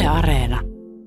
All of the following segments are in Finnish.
Yle Areena.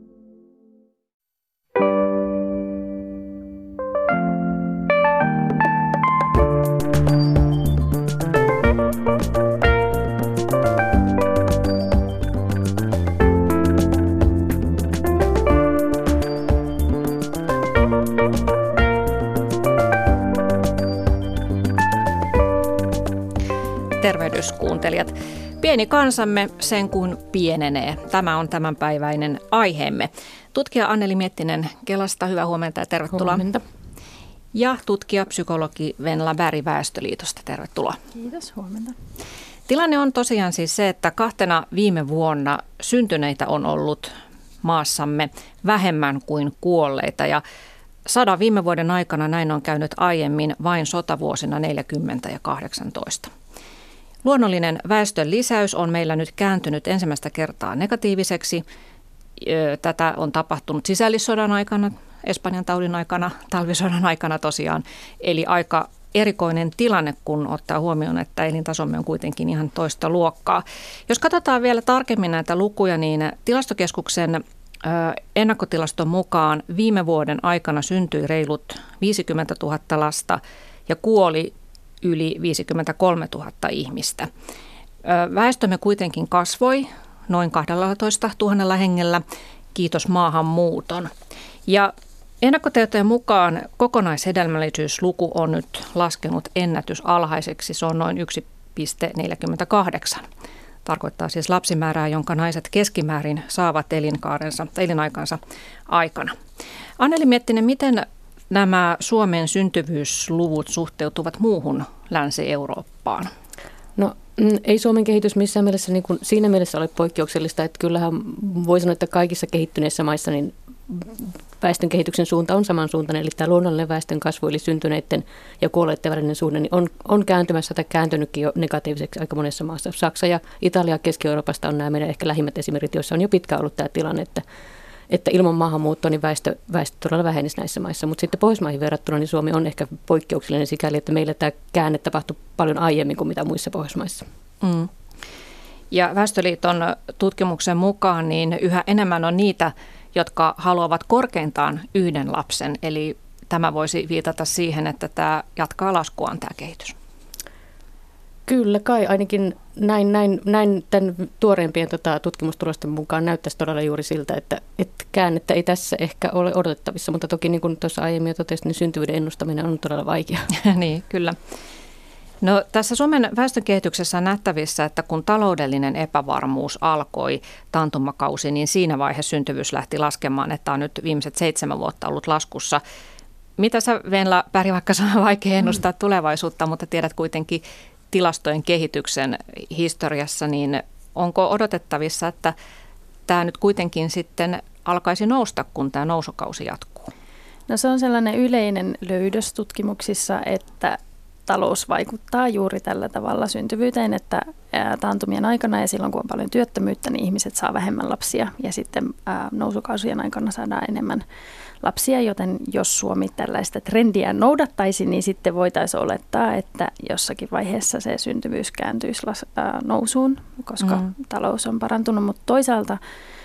Tervehdyskuuntelijat. Pieni kansamme sen kun pienenee. Tämä on tämänpäiväinen aiheemme. Tutkija Anneli Miettinen Kelasta, hyvää huomenta ja tervetuloa. Huomenta. Ja tutkija, psykologi Venla Berg Väestöliitosta, tervetuloa. Kiitos, huomenta. Tilanne on tosiaan siis se, että 2 viime vuonna syntyneitä on ollut maassamme vähemmän kuin kuolleita ja 100 viime vuoden aikana näin on käynyt aiemmin vain sotavuosina 40 ja 18. Luonnollinen väestön lisäys on meillä nyt kääntynyt ensimmäistä kertaa negatiiviseksi. Tätä on tapahtunut sisällissodan aikana, Espanjan taudin aikana, talvisodan aikana tosiaan. Eli aika erikoinen tilanne, kun ottaa huomioon, että elintasomme on kuitenkin ihan toista luokkaa. Jos katsotaan vielä tarkemmin näitä lukuja, niin Tilastokeskuksen ennakkotilaston mukaan viime vuoden aikana syntyi reilut 50 000 lasta ja kuoli yli 53 000 ihmistä. Väestömme kuitenkin kasvoi noin 12 000 hengellä, kiitos maahanmuuton. Ja ennakkotietojen mukaan kokonaishedelmällisyysluku on nyt laskenut ennätysalhaiseksi, se on noin 1,48. Tarkoittaa siis lapsimäärää, jonka naiset keskimäärin saavat elinaikansa aikana. Anneli Miettinen, miten nämä Suomen syntyvyysluvut suhteutuvat muuhun Länsi-Eurooppaan? No ei Suomen kehitys missään mielessä niin kuin siinä mielessä ole poikkeuksellista, että kyllähän voi sanoa, että kaikissa kehittyneissä maissa niin väestön kehityksen suunta on samansuuntainen, eli tämä luonnollinen väestön kasvu, eli syntyneiden ja kuolleiden välinen suhde, niin on kääntymässä tai kääntynytkin jo negatiiviseksi aika monessa maassa. Saksa ja Italia Keski-Euroopasta on nämä meidän ehkä lähimmät esimerkit, joissa on jo pitkään ollut tämä tilanne, että ilman maahanmuuttoa niin väestö todella vähenisi näissä maissa. Mutta sitten Pohjoismaihin verrattuna niin Suomi on ehkä poikkeuksellinen sikäli, että meillä tämä käänne tapahtui paljon aiemmin kuin mitä muissa Pohjoismaissa. Mm. Ja Väestöliiton tutkimuksen mukaan niin yhä enemmän on niitä, jotka haluavat korkeintaan 1 lapsen. Eli tämä voisi viitata siihen, että tämä jatkaa laskuaan tämä kehitys. Kyllä kai, ainakin näin tämän tuoreimpien tutkimustulosten mukaan näyttäisi todella juuri siltä, että käännettä ei tässä ehkä ole odotettavissa, mutta toki niin kuin tuossa aiemmin jo totesin, niin syntyvyyden ennustaminen on todella vaikeaa. Niin, kyllä. No, tässä Suomen väestönkehityksessä on nähtävissä, että kun taloudellinen epävarmuus alkoi taantumakausi, niin siinä vaiheessa syntyvyys lähti laskemaan, että on nyt viimeiset 7 vuotta ollut laskussa. Mitä sä, Venla Berg, vaikka se on vaikea ennustaa tulevaisuutta, mutta tiedät kuitenkin tilastojen kehityksen historiassa, niin onko odotettavissa, että tämä nyt kuitenkin sitten alkaisi nousta, kun tämä nousukausi jatkuu? No se on sellainen yleinen löydös tutkimuksissa, että talous vaikuttaa juuri tällä tavalla syntyvyyteen, että taantumien aikana ja silloin kun on paljon työttömyyttä, niin ihmiset saa vähemmän lapsia ja sitten nousukausien aikana saadaan enemmän lapsia, joten jos Suomi tällaista trendiä noudattaisi, niin sitten voitaisiin olettaa, että jossakin vaiheessa se syntyvyys kääntyisi nousuun, koska talous on parantunut, mutta toisaalta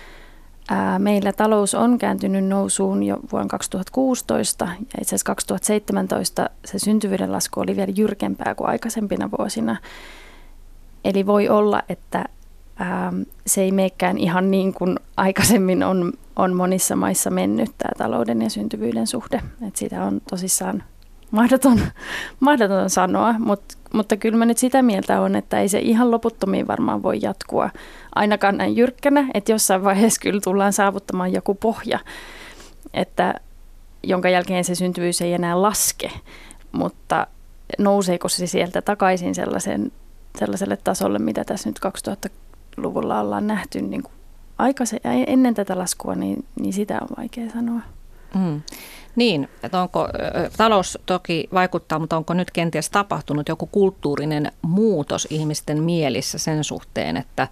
meillä talous on kääntynyt nousuun jo vuonna 2016 ja itse asiassa 2017 se syntyvyyden lasku oli vielä jyrkempää kuin aikaisempina vuosina. Eli voi olla, että se ei meekään ihan niin kuin aikaisemmin on monissa maissa mennyt tämä talouden ja syntyvyyden suhde. Et sitä on tosissaan mahdoton sanoa, mutta kyllä mä nyt sitä mieltä on, että ei se ihan loputtomiin varmaan voi jatkua ainakaan näin jyrkkänä, että jossain vaiheessa kyllä tullaan saavuttamaan joku pohja, että jonka jälkeen se syntyvyys ei enää laske, mutta nouseeko se sieltä takaisin sellaiselle tasolle, mitä tässä nyt 2000-luvulla ollaan nähty niin kuin ennen tätä laskua, niin sitä on vaikea sanoa. Niin, että onko talous toki vaikuttaa, mutta onko nyt kenties tapahtunut joku kulttuurinen muutos ihmisten mielissä sen suhteen, että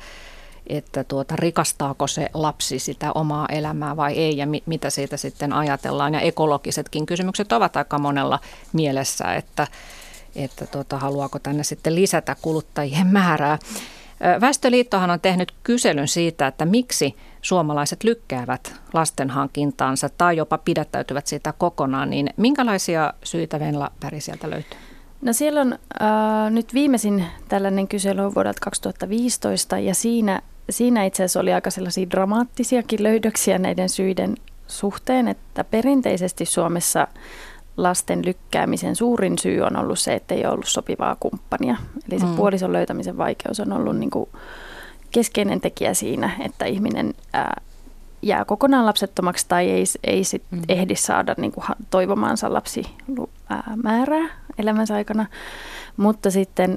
rikastaako se lapsi sitä omaa elämää vai ei ja mitä siitä sitten ajatellaan. Ja ekologisetkin kysymykset ovat aika monella mielessä, että haluaako tänne sitten lisätä kuluttajien määrää. Väestöliittohan on tehnyt kyselyn siitä, että miksi suomalaiset lykkäävät lasten hankintaansa tai jopa pidättäytyvät siitä kokonaan, niin minkälaisia syitä Venla Berg sieltä löytyy? No siellä on nyt viimeisin tällainen kysely vuodelta 2015 ja siinä itse asiassa oli aika sellaisia dramaattisiakin löydöksiä näiden syiden suhteen, että perinteisesti Suomessa lasten lykkäämisen suurin syy on ollut se, että ei ole ollut sopivaa kumppania. Eli se puolison löytämisen vaikeus on ollut niin kuin keskeinen tekijä siinä, että ihminen jää kokonaan lapsettomaksi tai ei sit ehdi saada niin kuin toivomaansa lapsimäärää elämänsä aikana. Mutta sitten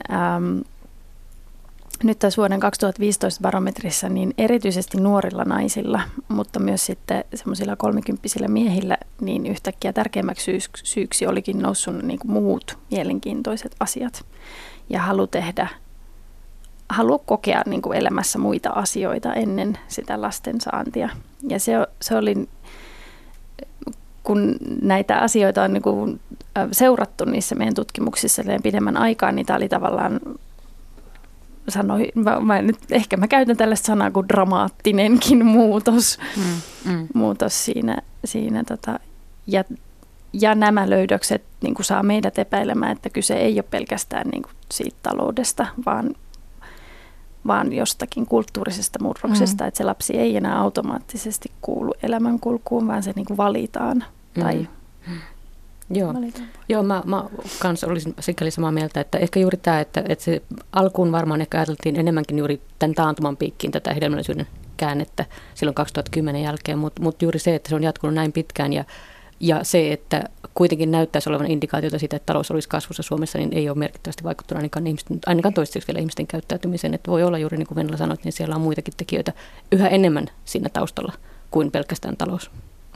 nyt tässä vuoden 2015 barometrissa niin erityisesti nuorilla naisilla, mutta myös sitten semmoisilla 30-vuotiailla miehillä, niin yhtäkkiä tärkeimmäksi syyksi olikin noussut niin kuin muut mielenkiintoiset asiat ja halu kokea niin kuin elämässä muita asioita ennen sitä lasten saantia. Ja se oli, kun näitä asioita on niin kuin seurattu niissä meidän tutkimuksissa pidemmän aikaa, niin tämä oli tavallaan, ehkä mä käytän tällaista sanaa kuin dramaattinenkin muutos, muutos siinä ja nämä löydökset niin kuin saa meidät epäilemään, että kyse ei ole pelkästään niin kuin siitä taloudesta, vaan jostakin kulttuurisesta murroksesta, että se lapsi ei enää automaattisesti kuulu elämänkulkuun, vaan se niin kuin valitaan. Tai Joo, mä kanssa olisin sikäli samaa mieltä, että ehkä juuri tämä, että se alkuun varmaan ehkä ajateltiin enemmänkin juuri tämän taantuman piikkiin tätä hedelmällisyyden käännettä silloin 2010 jälkeen, mutta juuri se, että se on jatkunut näin pitkään ja se, että kuitenkin näyttäisi olevan indikaatiota siitä, että talous olisi kasvussa Suomessa, niin ei ole merkittävästi vaikuttanut ainakaan toistaiseksi vielä ihmisten käyttäytymiseen. Että voi olla juuri niin kuin Venla sanoi, niin siellä on muitakin tekijöitä yhä enemmän siinä taustalla kuin pelkästään talous.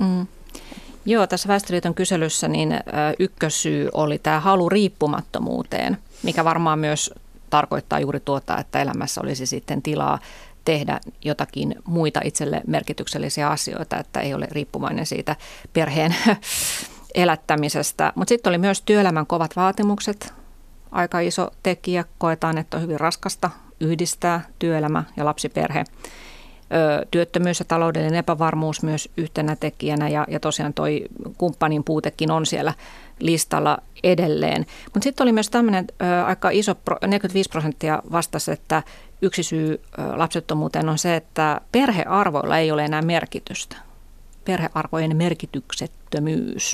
Joo, tässä Väestöliiton kyselyssä niin ykkössyy oli tämä halu riippumattomuuteen, mikä varmaan myös tarkoittaa juuri tuota, että elämässä olisi sitten tilaa tehdä jotakin muita itselle merkityksellisiä asioita, että ei ole riippuvainen siitä perheen elättämisestä. Mutta sitten oli myös työelämän kovat vaatimukset, aika iso tekijä. Koetaan, että on hyvin raskasta yhdistää työelämä ja lapsiperhe. Työttömyys ja taloudellinen epävarmuus myös yhtenä tekijänä ja tosiaan toi kumppanin puutekin on siellä listalla edelleen. Mutta sitten oli myös tämmöinen aika iso, 45% vastasi, että yksi syy lapsettomuuteen on se, että perhearvoilla ei ole enää merkitystä. Perhearvojen merkityksettömyys.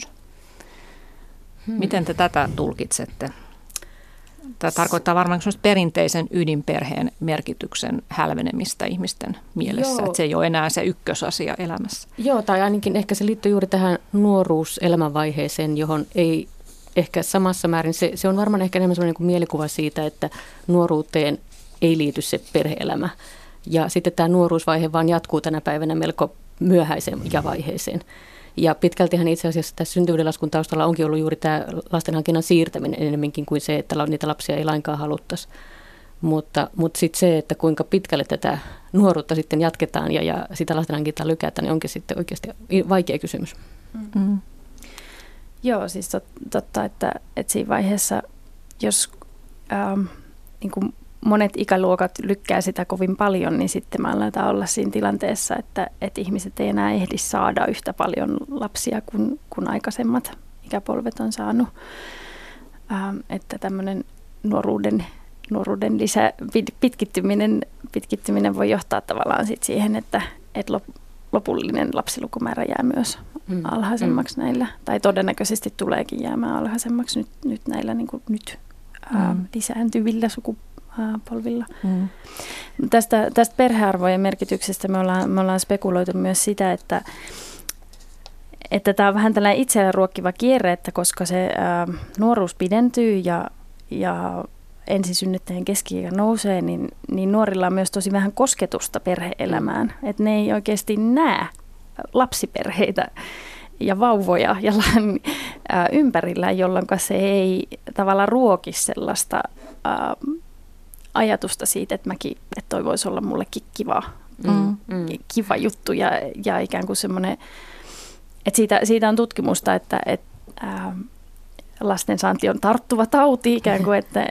Miten te tätä tulkitsette? Tämä tarkoittaa varmaan perinteisen ydinperheen merkityksen hälvenemistä ihmisten mielessä, että se ei ole enää se ykkösasia elämässä. Joo, tai ainakin ehkä se liittyy juuri tähän nuoruuselämänvaiheeseen, johon ei ehkä samassa määrin, se on varmaan ehkä enemmän sellainen kuin mielikuva siitä, että nuoruuteen ei liity se perhe-elämä. Ja sitten tämä nuoruusvaihe vaan jatkuu tänä päivänä melko myöhäiseen ikävaiheeseen. Ja pitkältihän itse asiassa tässä syntyvyyden laskun taustalla onkin ollut juuri tämä lastenhankinnan siirtäminen enemmänkin kuin se, että niitä lapsia ei lainkaan haluttaisi. Mutta sitten se, että kuinka pitkälle tätä nuoruutta sitten jatketaan ja sitä lastenhankintaa lykätään, niin onkin sitten oikeasti vaikea kysymys. Mm-hmm. Joo, siis totta, että siinä vaiheessa, jos niin kuin monet ikäluokat lykkää sitä kovin paljon, niin sitten me aletaan olla siinä tilanteessa, että ihmiset ei enää ehdi saada yhtä paljon lapsia kuin aikaisemmat ikäpolvet on saanut. Että tämmöinen nuoruuden pitkittyminen voi johtaa tavallaan sit siihen, että lopullinen lapsilukumäärä jää myös alhaisemmaksi näillä, tai todennäköisesti tuleekin jäämään alhaisemmaksi nyt näillä niin kuin lisääntyvillä sukupolvilla. Tästä perhearvojen merkityksestä me ollaan spekuloitu myös sitä, että tämä on vähän tällainen itseään ruokkiva kierre, että koska se nuoruus pidentyy ja ensisynnyttäjien keski-ikä nousee, niin nuorilla on myös tosi vähän kosketusta perhe-elämään. Että ne ei oikeasti näe lapsiperheitä ja vauvoja ympärillä, jolloin se ei tavallaan ruoki sellaista ajatusta siitä, että toi voisi olla mullekin kiva juttu ja ikään kuin semmoinen, että siitä on tutkimusta, että lastensaanti on tarttuva tauti ikään kuin, että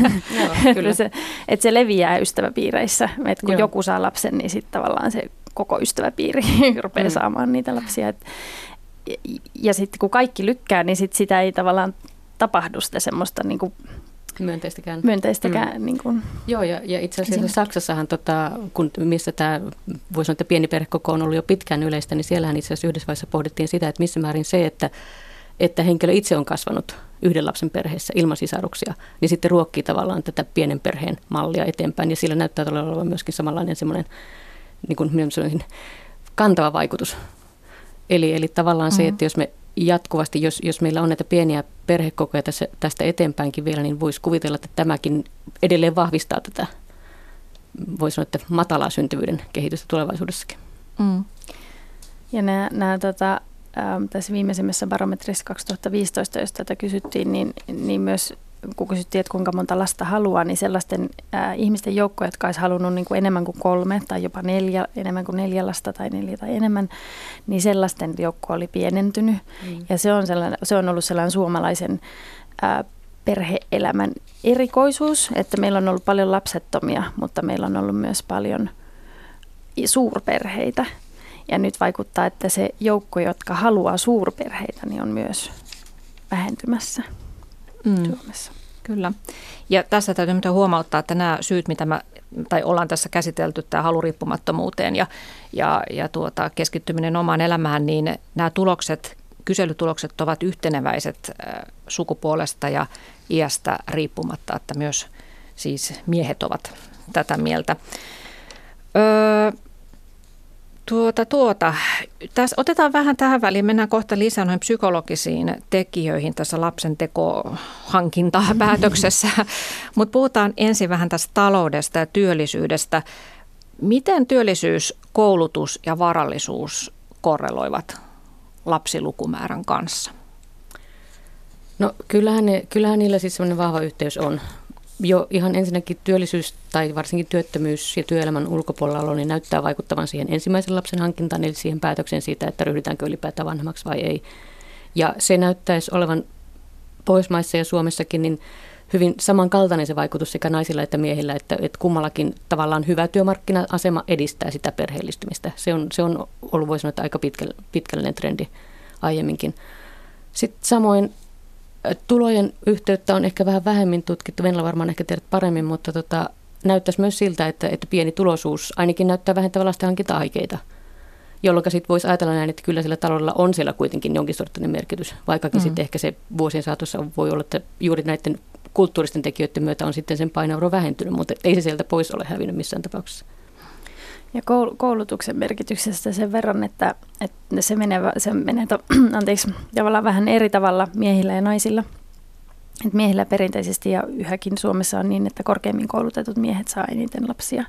se leviää ystäväpiireissä. Että kun joku saa lapsen, niin sitten tavallaan se koko ystäväpiiri rupeaa saamaan niitä lapsia. Ja sitten kun kaikki lykkää, niin sitä ei tavallaan tapahdu sitä semmoista niin kuin myönteistäkään. Niin kuin. Joo, ja itse asiassa Saksassahan, missä tämä, voisi sanoa, että pieni perhekoko on ollut jo pitkään yleistä, niin siellähän itse asiassa yhdessä vaiheessa pohdittiin sitä, että missä määrin se, että henkilö itse on kasvanut yhden lapsen perheessä ilman sisaruksia, niin sitten ruokkii tavallaan tätä pienen perheen mallia eteenpäin, ja sillä näyttää olevan myöskin samanlainen semmoinen niin kuin kantava vaikutus. Eli tavallaan se, että jos me jatkuvasti, jos meillä on näitä pieniä perhekokoja tästä eteenpäinkin vielä, niin voisi kuvitella, että tämäkin edelleen vahvistaa tätä, voisi sanoa, että matalaa syntyvyyden kehitystä tulevaisuudessakin. Ja tässä viimeisimmässä barometrissa 2015, jos tätä kysyttiin, niin myös kun kysyttiin, että kuinka monta lasta haluaa, niin sellaisten ihmisten joukkoja, jotka olisi halunnut niin kuin enemmän kuin 3 tai jopa 4, enemmän kuin 4 lasta tai 4 tai enemmän, niin sellaisten joukko oli pienentynyt. Ja se on ollut sellainen suomalaisen perhe-elämän erikoisuus, että meillä on ollut paljon lapsettomia, mutta meillä on ollut myös paljon suurperheitä. Ja nyt vaikuttaa, että se joukko, jotka haluaa suurperheitä, niin on myös vähentymässä Suomessa. Kyllä. Ja tässä täytyy huomauttaa, että nämä syyt, mitä ollaan tässä käsitelty, tämä halu riippumattomuuteen ja keskittyminen omaan elämään, niin nämä kyselytulokset ovat yhteneväiset sukupuolesta ja iästä riippumatta, että myös siis miehet ovat tätä mieltä. Tässä otetaan vähän tähän väliin, mennään kohta lisää noihin psykologisiin tekijöihin tässä lapsen tekohankintapäätöksessä, mutta puhutaan ensin vähän tästä taloudesta ja työllisyydestä. Miten työllisyys, koulutus ja varallisuus korreloivat lapsilukumäärän kanssa? No kyllähän niillä siis sellainen vahva yhteys on. Jo ihan ensinnäkin työllisyys tai varsinkin työttömyys ja työelämän ulkopuolella olo niin näyttää vaikuttavan siihen ensimmäisen lapsen hankintaan, eli siihen päätökseen siitä, että ryhdytäänkö ylipäätään vanhemmaksi vai ei. Ja se näyttäisi olevan Pohjoismaissa ja Suomessakin niin hyvin samankaltainen se vaikutus sekä naisilla että miehillä, että kummallakin tavallaan hyvä työmarkkina-asema edistää sitä perheellistymistä. Se on ollut, voisi sanoa, että aika pitkällinen trendi aiemminkin. Sitten samoin tulojen yhteyttä on ehkä vähän vähemmin tutkittu, Venla varmaan ehkä tiedät paremmin, mutta näyttäisi myös siltä, että pieni tuloisuus ainakin näyttää vähentävän lasten hankinta-aikeita, jolloin sitten voisi ajatella näin, että kyllä sillä taloudella on siellä kuitenkin jonkin sortainen merkitys, vaikkakin sitten ehkä se vuosien saatossa voi olla, että juuri näiden kulttuuristen tekijöiden myötä on sitten sen painoarvo vähentynyt, mutta ei se sieltä pois ole hävinnyt missään tapauksessa. Ja koulutuksen merkityksestä sen verran, että se menee tavallaan vähän eri tavalla miehillä ja naisilla. Et miehillä perinteisesti ja yhäkin Suomessa on niin, että korkeimmin koulutetut miehet saa eniten lapsia.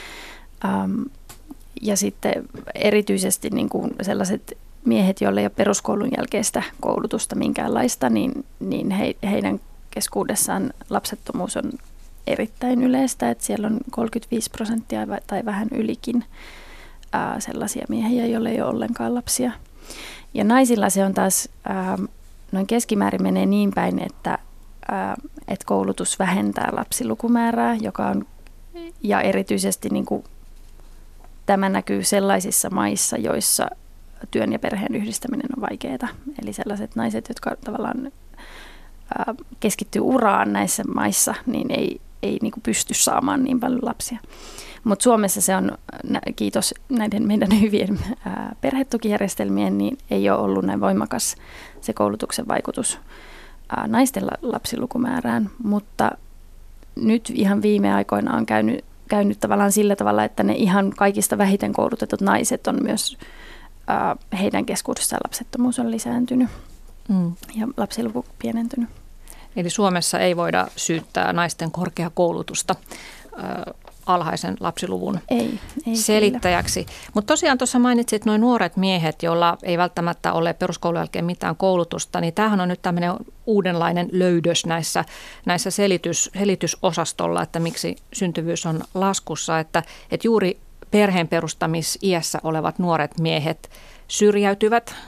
Ja sitten erityisesti niin kuin sellaiset miehet, joilla ei ole peruskoulun jälkeistä koulutusta minkäänlaista, niin heidän keskuudessaan lapsettomuus on erittäin yleistä, että siellä on 35% tai vähän ylikin sellaisia miehiä, joilla ei ole ollenkaan lapsia. Ja naisilla se on taas noin keskimäärin menee niin päin, että koulutus vähentää lapsilukumäärää, joka on, ja erityisesti niin kuin, tämä näkyy sellaisissa maissa, joissa työn ja perheen yhdistäminen on vaikeaa. Eli sellaiset naiset, jotka tavallaan keskittyy uraan näissä maissa, niin ei niin kuin pysty saamaan niin paljon lapsia. Mutta Suomessa se on, kiitos näiden meidän hyvien perhetukijärjestelmien, niin ei ole ollut näin voimakas se koulutuksen vaikutus naisten lapsilukumäärään. Mutta nyt ihan viime aikoina on käynyt tavallaan sillä tavalla, että ne ihan kaikista vähiten koulutetut naiset on myös, heidän keskuudessaan lapsettomuus on lisääntynyt ja lapsiluku pienentynyt. Eli Suomessa ei voida syyttää naisten korkeakoulutusta alhaisen lapsiluvun selittäjäksi. Mutta tosiaan tuossa mainitsit nuo nuoret miehet, joilla ei välttämättä ole peruskoulun jälkeen mitään koulutusta, niin tämähän on nyt tämmöinen uudenlainen löydös näissä selitysosastolla, että miksi syntyvyys on laskussa, että juuri perheen perustamisiässä olevat nuoret miehet syrjäytyvät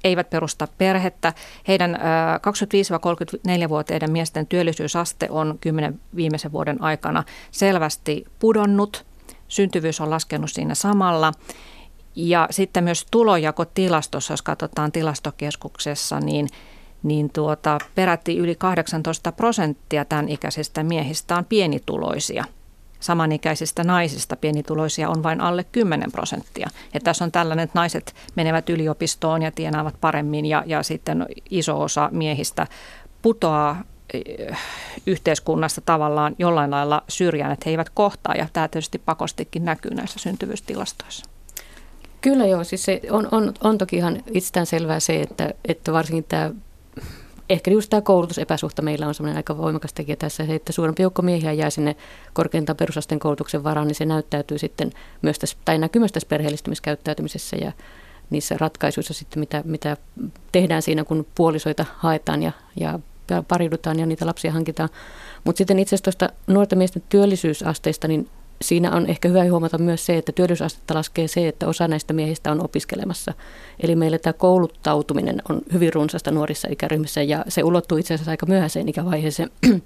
eivät perusta perhettä. Heidän 25-34-vuotiaiden miesten työllisyysaste on 10 viimeisen vuoden aikana selvästi pudonnut. Syntyvyys on laskenut siinä samalla. Ja sitten myös tulonjakotilastossa, jos katsotaan tilastokeskuksessa, niin peräti yli 18% tämän ikäisistä miehistä on pienituloisia. Samanikäisistä naisista pienituloisia on vain alle 10%. Ja tässä on tällainen, että naiset menevät yliopistoon ja tienaavat paremmin ja sitten iso osa miehistä putoaa yhteiskunnasta tavallaan jollain lailla syrjään, että he eivät kohtaa. Ja tämä tietysti pakostikin näkyy näissä syntyvyystilastoissa. Kyllä joo, siis se on toki ihan itsestäänselvää se, että varsinkin ehkä just tämä koulutusepäsuhta meillä on semmoinen aika voimakas tekijä tässä, että suurempi joukko miehiä jää sinne korkeintaan perusasteen koulutuksen varaan, niin se näyttäytyy sitten myös tässä, tai näkyy myös tässä perheellistymiskäyttäytymisessä ja niissä ratkaisuissa sitten, mitä tehdään siinä, kun puolisoita haetaan ja pariudutaan ja niitä lapsia hankitaan. Mutta sitten itse asiassa tuosta nuorten miesten työllisyysasteista, niin siinä on ehkä hyvä huomata myös se, että työllisyysastetta laskee se, että osa näistä miehistä on opiskelemassa. Eli meillä tämä kouluttautuminen on hyvin runsasta nuorissa ikäryhmissä ja se ulottuu itse asiassa aika myöhäiseen ikävaiheeseen.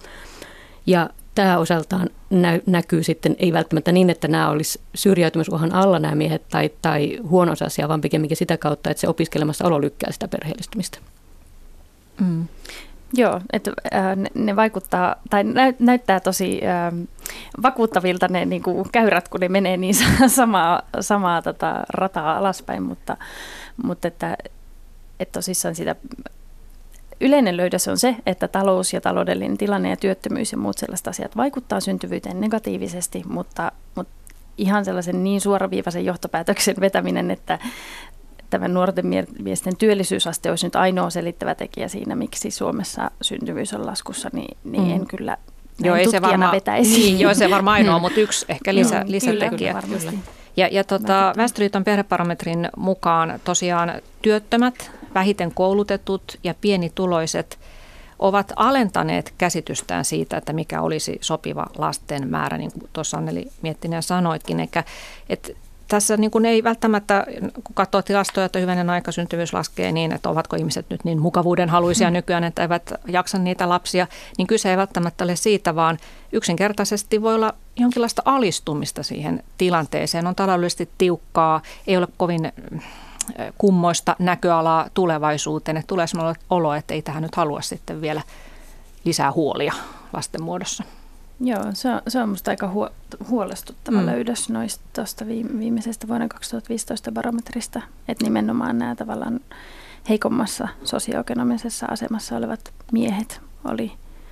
Ja tämä osaltaan näkyy sitten, ei välttämättä niin, että nämä olisi syrjäytymisuhan alla nämä miehet tai huono-osaisia, vaan pikemminkin sitä kautta, että se opiskelemassa olo lykkää sitä perheellistymistä. Mm. Joo, että ne vaikuttaa, tai näyttää tosi vakuuttavilta ne niin kuin käyrät, kun ne menee niin samaa rataa alaspäin, mutta että tosissaan sitä yleinen löydös on se, että talous ja taloudellinen tilanne ja työttömyys ja muut sellaiset asiat vaikuttaa syntyvyyteen negatiivisesti, mutta ihan sellaisen niin suoraviivaisen johtopäätöksen vetäminen, että tämän nuorten miesten työllisyysaste olisi nyt ainoa selittävä tekijä siinä, miksi Suomessa syntyvyys on laskussa, niin en kyllä tutkijana vetäisi. Joo, se varmaan ainoa, mutta yksi ehkä lisätekijä. Ja Väestöliiton perhebarometrin mukaan tosiaan työttömät, vähiten koulutetut ja pienituloiset ovat alentaneet käsitystään siitä, että mikä olisi sopiva lasten määrä, niin kuin tuossa Anneli Miettinen sanoitkin. Että tässä niin kuin ei välttämättä, kun katsoo tilastoja, että hyvänen aika syntyvyys laskee niin, että ovatko ihmiset nyt niin mukavuuden haluisia nykyään, että eivät jaksa niitä lapsia, niin kyse ei välttämättä ole siitä, vaan yksinkertaisesti voi olla jonkinlaista alistumista siihen tilanteeseen. On taloudellisesti tiukkaa, ei ole kovin kummoista näköalaa tulevaisuuteen, että tulee sellainen olo, että ei tähän nyt halua sitten vielä lisää huolia lasten muodossa. Joo, se on musta aika huolestuttava löydös tuosta viimeisestä vuoden 2015 barometrista, että nimenomaan nämä tavallaan heikommassa sosioekonomisessa asemassa olevat miehet oli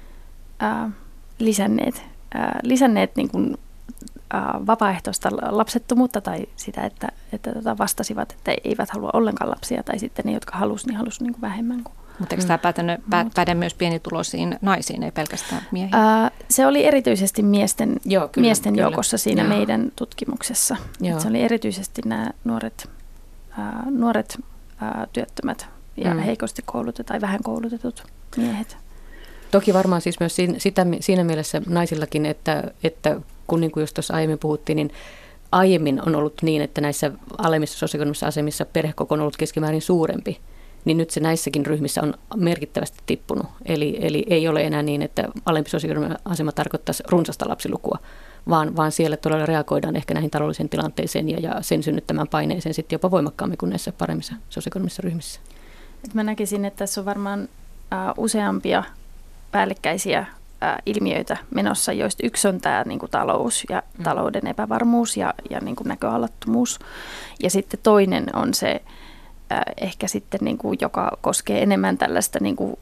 lisänneet niin kuin, vapaaehtoista lapsettomuutta tai sitä, että vastasivat, että eivät halua ollenkaan lapsia tai sitten ne, jotka halusivat, niin halusivat niin kuin vähemmän kuin. Mutta eikö tämä päde myös pienituloisiin naisiin, ei pelkästään miehiin? Se oli erityisesti miesten joukossa siinä meidän tutkimuksessa. Se oli erityisesti nämä nuoret työttömät ja heikosti koulutetut tai vähän koulutetut miehet. Toki varmaan siis myös siinä mielessä naisillakin, että kun niin kuin just tuossa aiemmin puhuttiin, niin aiemmin on ollut niin, että näissä alemmissa sosioekonomisissa asemissa perhekoko on ollut keskimäärin suurempi. Niin nyt se näissäkin ryhmissä on merkittävästi tippunut. Eli ei ole enää niin, että alempi sosioekonominen asema tarkoittaisi runsasta lapsilukua, vaan siellä todella reagoidaan ehkä näihin taloudelliseen tilanteeseen ja sen synnyttämään paineeseen sitten jopa voimakkaammin kuin näissä paremmissa sosioekonomisissa ryhmissä. Mä näkisin, että tässä on varmaan useampia päällekkäisiä ilmiöitä menossa, joista yksi on tämä niin kuin talous ja talouden epävarmuus ja niin kuin näköalattomuus. Ja sitten toinen on se, ehkä sitten, niin kuin, joka koskee enemmän tällaista niin kuin,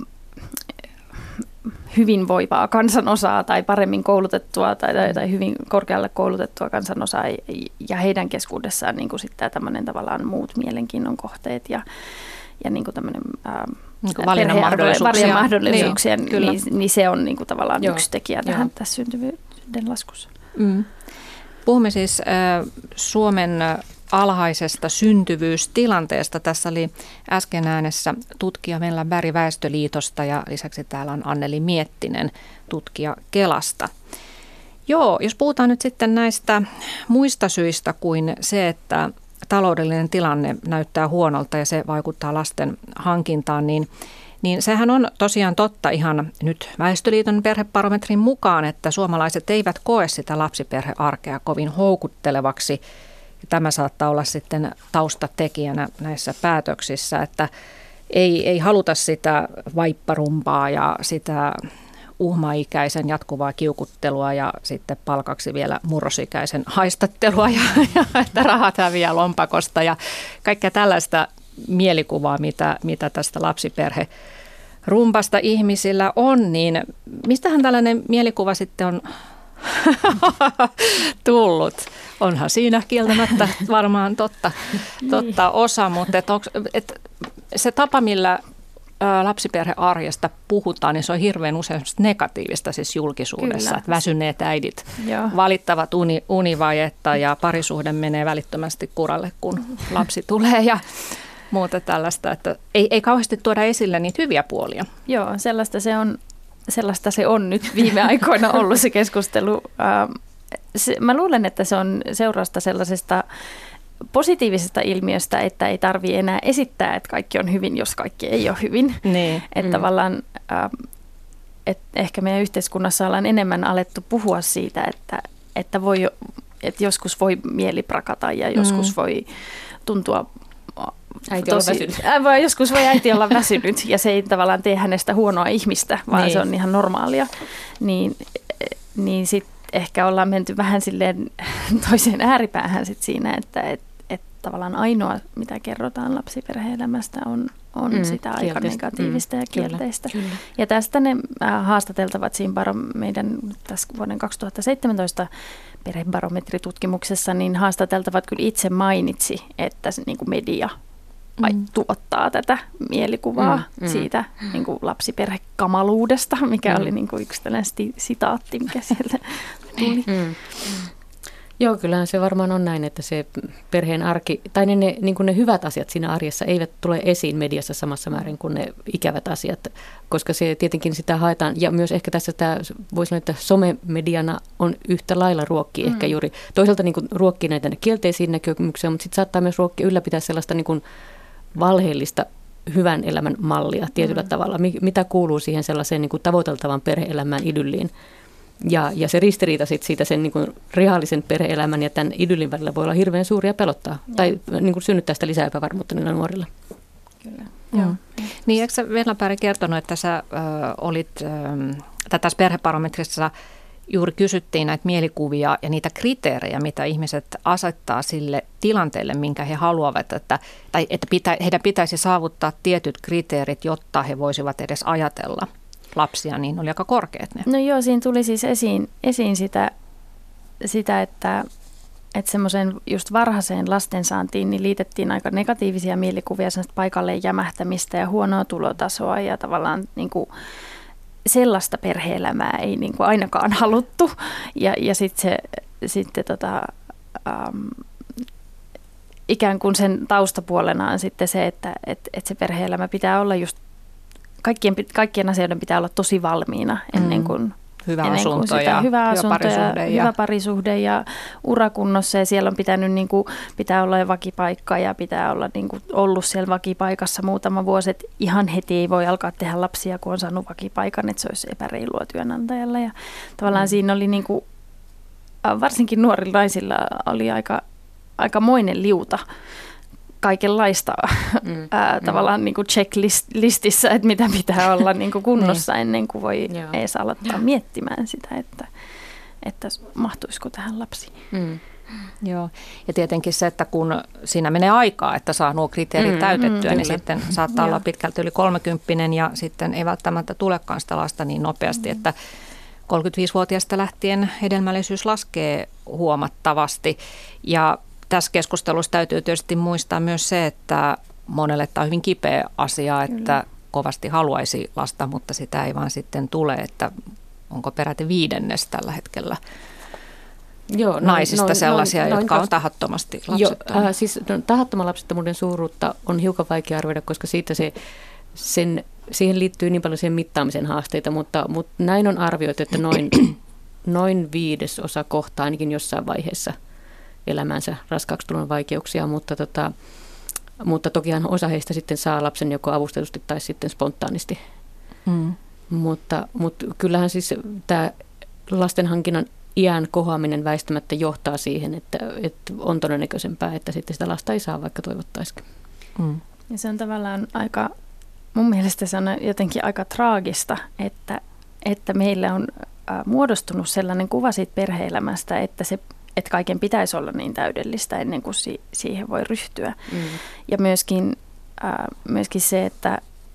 hyvinvoivaa kansanosaa tai paremmin koulutettua tai hyvin korkealle koulutettua kansanosaa ja heidän keskuudessaan niin kuin sitten tämmöinen tavallaan muut mielenkiinnon kohteet ja niin kuin tämmöinen valinnan mahdollisuuksia, niin se on niin kuin tavallaan yksi tekijä tähän tässä syntyvyyden laskussa. Puhumme siis Suomen alhaisesta syntyvyystilanteesta. Tässä oli äsken äänessä tutkija Venla Berg Väestöliitosta ja lisäksi täällä on Anneli Miettinen, tutkija Kelasta. Joo, jos puhutaan nyt sitten näistä muista syistä kuin se, että taloudellinen tilanne näyttää huonolta ja se vaikuttaa lasten hankintaan, niin sehän on tosiaan totta ihan nyt Väestöliiton perhebarometrin mukaan, että suomalaiset eivät koe sitä lapsiperhearkea kovin houkuttelevaksi. Tämä saattaa olla sitten taustatekijänä näissä päätöksissä, että ei haluta sitä vaipparumpaa ja sitä uhmaikäisen jatkuvaa kiukuttelua ja sitten palkaksi vielä murrosikäisen haistattelua ja että rahat häviää lompakosta ja kaikkea tällaista mielikuvaa, mitä tästä lapsiperherumpasta ihmisillä on, niin mistähän tällainen mielikuva sitten on tullut? Onhan siinä kieltämättä varmaan totta osa, mutta se tapa, millä lapsiperhearjesta puhutaan, niin se on hirveän usein negatiivista siis julkisuudessa, että väsyneet äidit valittavat univajetta ja parisuhde menee välittömästi kuralle, kun lapsi tulee ja muuta tällaista, että ei kauheasti tuoda esille niitä hyviä puolia. Joo, sellaista se on nyt viime aikoina ollut se keskustelu. Mä luulen, että se on seurausta sellaisesta positiivisesta ilmiöstä, että ei tarvitse enää esittää, että kaikki on hyvin, jos kaikki ei ole hyvin. Niin. Että tavallaan että ehkä meidän yhteiskunnassa ollaan enemmän alettu puhua siitä, että joskus voi mieli prakata ja joskus voi tuntua joskus voi äiti olla väsynyt ja se ei tavallaan tee hänestä huonoa ihmistä, vaan se on ihan normaalia. Niin sitten ehkä ollaan menty vähän silleen toiseen ääripäähän sit siinä, että tavallaan ainoa, mitä kerrotaan lapsiperhe-elämästä, on sitä aika negatiivista ja kielteistä. Kyllä. Ja tästä ne haastateltavat siinä meidän tässä vuoden 2017 perhebarometritutkimuksessa, niin haastateltavat kyllä itse mainitsi, että se niin kuin media tuottaa tätä mielikuvaa siitä niin kuin lapsiperhekamaluudesta, mikä oli niin kuin yksi tällainen sitaatti, mikä sieltä tuli. Joo, kyllähän se varmaan on näin, että se perheen arki, tai niin kuin ne hyvät asiat siinä arjessa eivät tule esiin mediassa samassa määrin kuin ne ikävät asiat, koska se tietenkin sitä haetaan. Ja myös ehkä tässä tämä, voisi sanoa, että somemediana on yhtä lailla ruokkii ehkä juuri. Toisaalta niin kuin ruokkii näitä kielteisiä näkemyksiä, mutta sitten saattaa myös ruokkia ylläpitää sellaista niin kuin valheellista hyvän elämän mallia tietyllä tavalla, mitä kuuluu siihen sellaiseen niin kuin tavoiteltavan perhe-elämään idylliin. Ja se ristiriita siitä sen niin kuin reaalisen perhe-elämän ja tämän idyllin välillä voi olla hirveän suuri ja pelottaa. Tai niin kuin synnyttää sitä lisää epävarmuutta niillä nuorilla. Kyllä. Joo. Niin, eikö sä Venla-Pääri kertonut, että sä tässä perhebarometrissa juuri kysyttiin näitä mielikuvia ja niitä kriteerejä, mitä ihmiset asettaa sille tilanteelle, minkä he haluavat, että heidän pitäisi saavuttaa tietyt kriteerit, jotta he voisivat edes ajatella lapsia, niin oli aika korkeat ne. No joo, siinä tuli siis esiin sitä että semmoisen just varhaiseen lastensaantiin niin liitettiin aika negatiivisia mielikuvia, semmoista paikalleen jämähtämistä ja huonoa tulotasoa ja tavallaan niin kuin sellaista perhe-elämää ei niin kuin ainakaan haluttu. Ja sitten ikään kuin sen taustapuolena on sitten se, että se perhe-elämä pitää olla just kaikkien asioiden pitää olla tosi valmiina ennen kuin hyvä asunto ja hyvä parisuhde ja urakunnossa ja siellä on pitänyt pitää olla jo vakipaikka ja pitää olla ollut siellä vakipaikassa muutama vuosi, että ihan heti ei voi alkaa tehdä lapsia, kun on saanut vakipaikan, että se olisi epäreilua työnantajalle ja tavallaan siinä oli varsinkin nuorilla naisilla oli aikamoinen liuta kaikenlaista tavallaan niin kuin checklistissä, että mitä pitää olla niin kuin kunnossa ennen kuin voi edes aloittaa miettimään sitä, että mahtuisiko tähän lapsi. Joo, ja tietenkin se, että kun siinä menee aikaa, että saa nuo kriteerit täytettyä, niin sitten saattaa olla pitkälti yli 30 ja sitten ei välttämättä tulekaan sitä lasta niin nopeasti, että 35-vuotiaasta lähtien hedelmällisyys laskee huomattavasti ja tässä keskustelussa täytyy tietysti muistaa myös se, että monelle tämä on hyvin kipeä asia, että kovasti haluaisi lasta, mutta sitä ei vaan sitten tule, että onko peräti 5. tällä hetkellä naisista sellaisia, jotka on tahattomasti lapsettomia. Siis tahattoman lapsettomuuden suuruutta on hiukan vaikea arvioida, koska siitä siihen liittyy niin paljon siihen mittaamisen haasteita, mutta näin on arvioitu, että noin 1/5 kohtaa ainakin jossain vaiheessa elämäänsä raskaaksi tulon vaikeuksia, mutta tokihan osa heistä sitten saa lapsen joko avustetusti tai sitten spontaanisti. Mutta kyllähän siis tämä lastenhankinnan iän kohoaminen väistämättä johtaa siihen, että on todennäköisempää, että sitten sitä lasta ei saa, vaikka toivottaisikin. Ja se on tavallaan mun mielestä se on jotenkin aika traagista, että meillä on muodostunut sellainen kuva siitä perhe-elämästä, että kaiken pitäisi olla niin täydellistä ennen kuin siihen voi ryhtyä. Ja myöskin se, että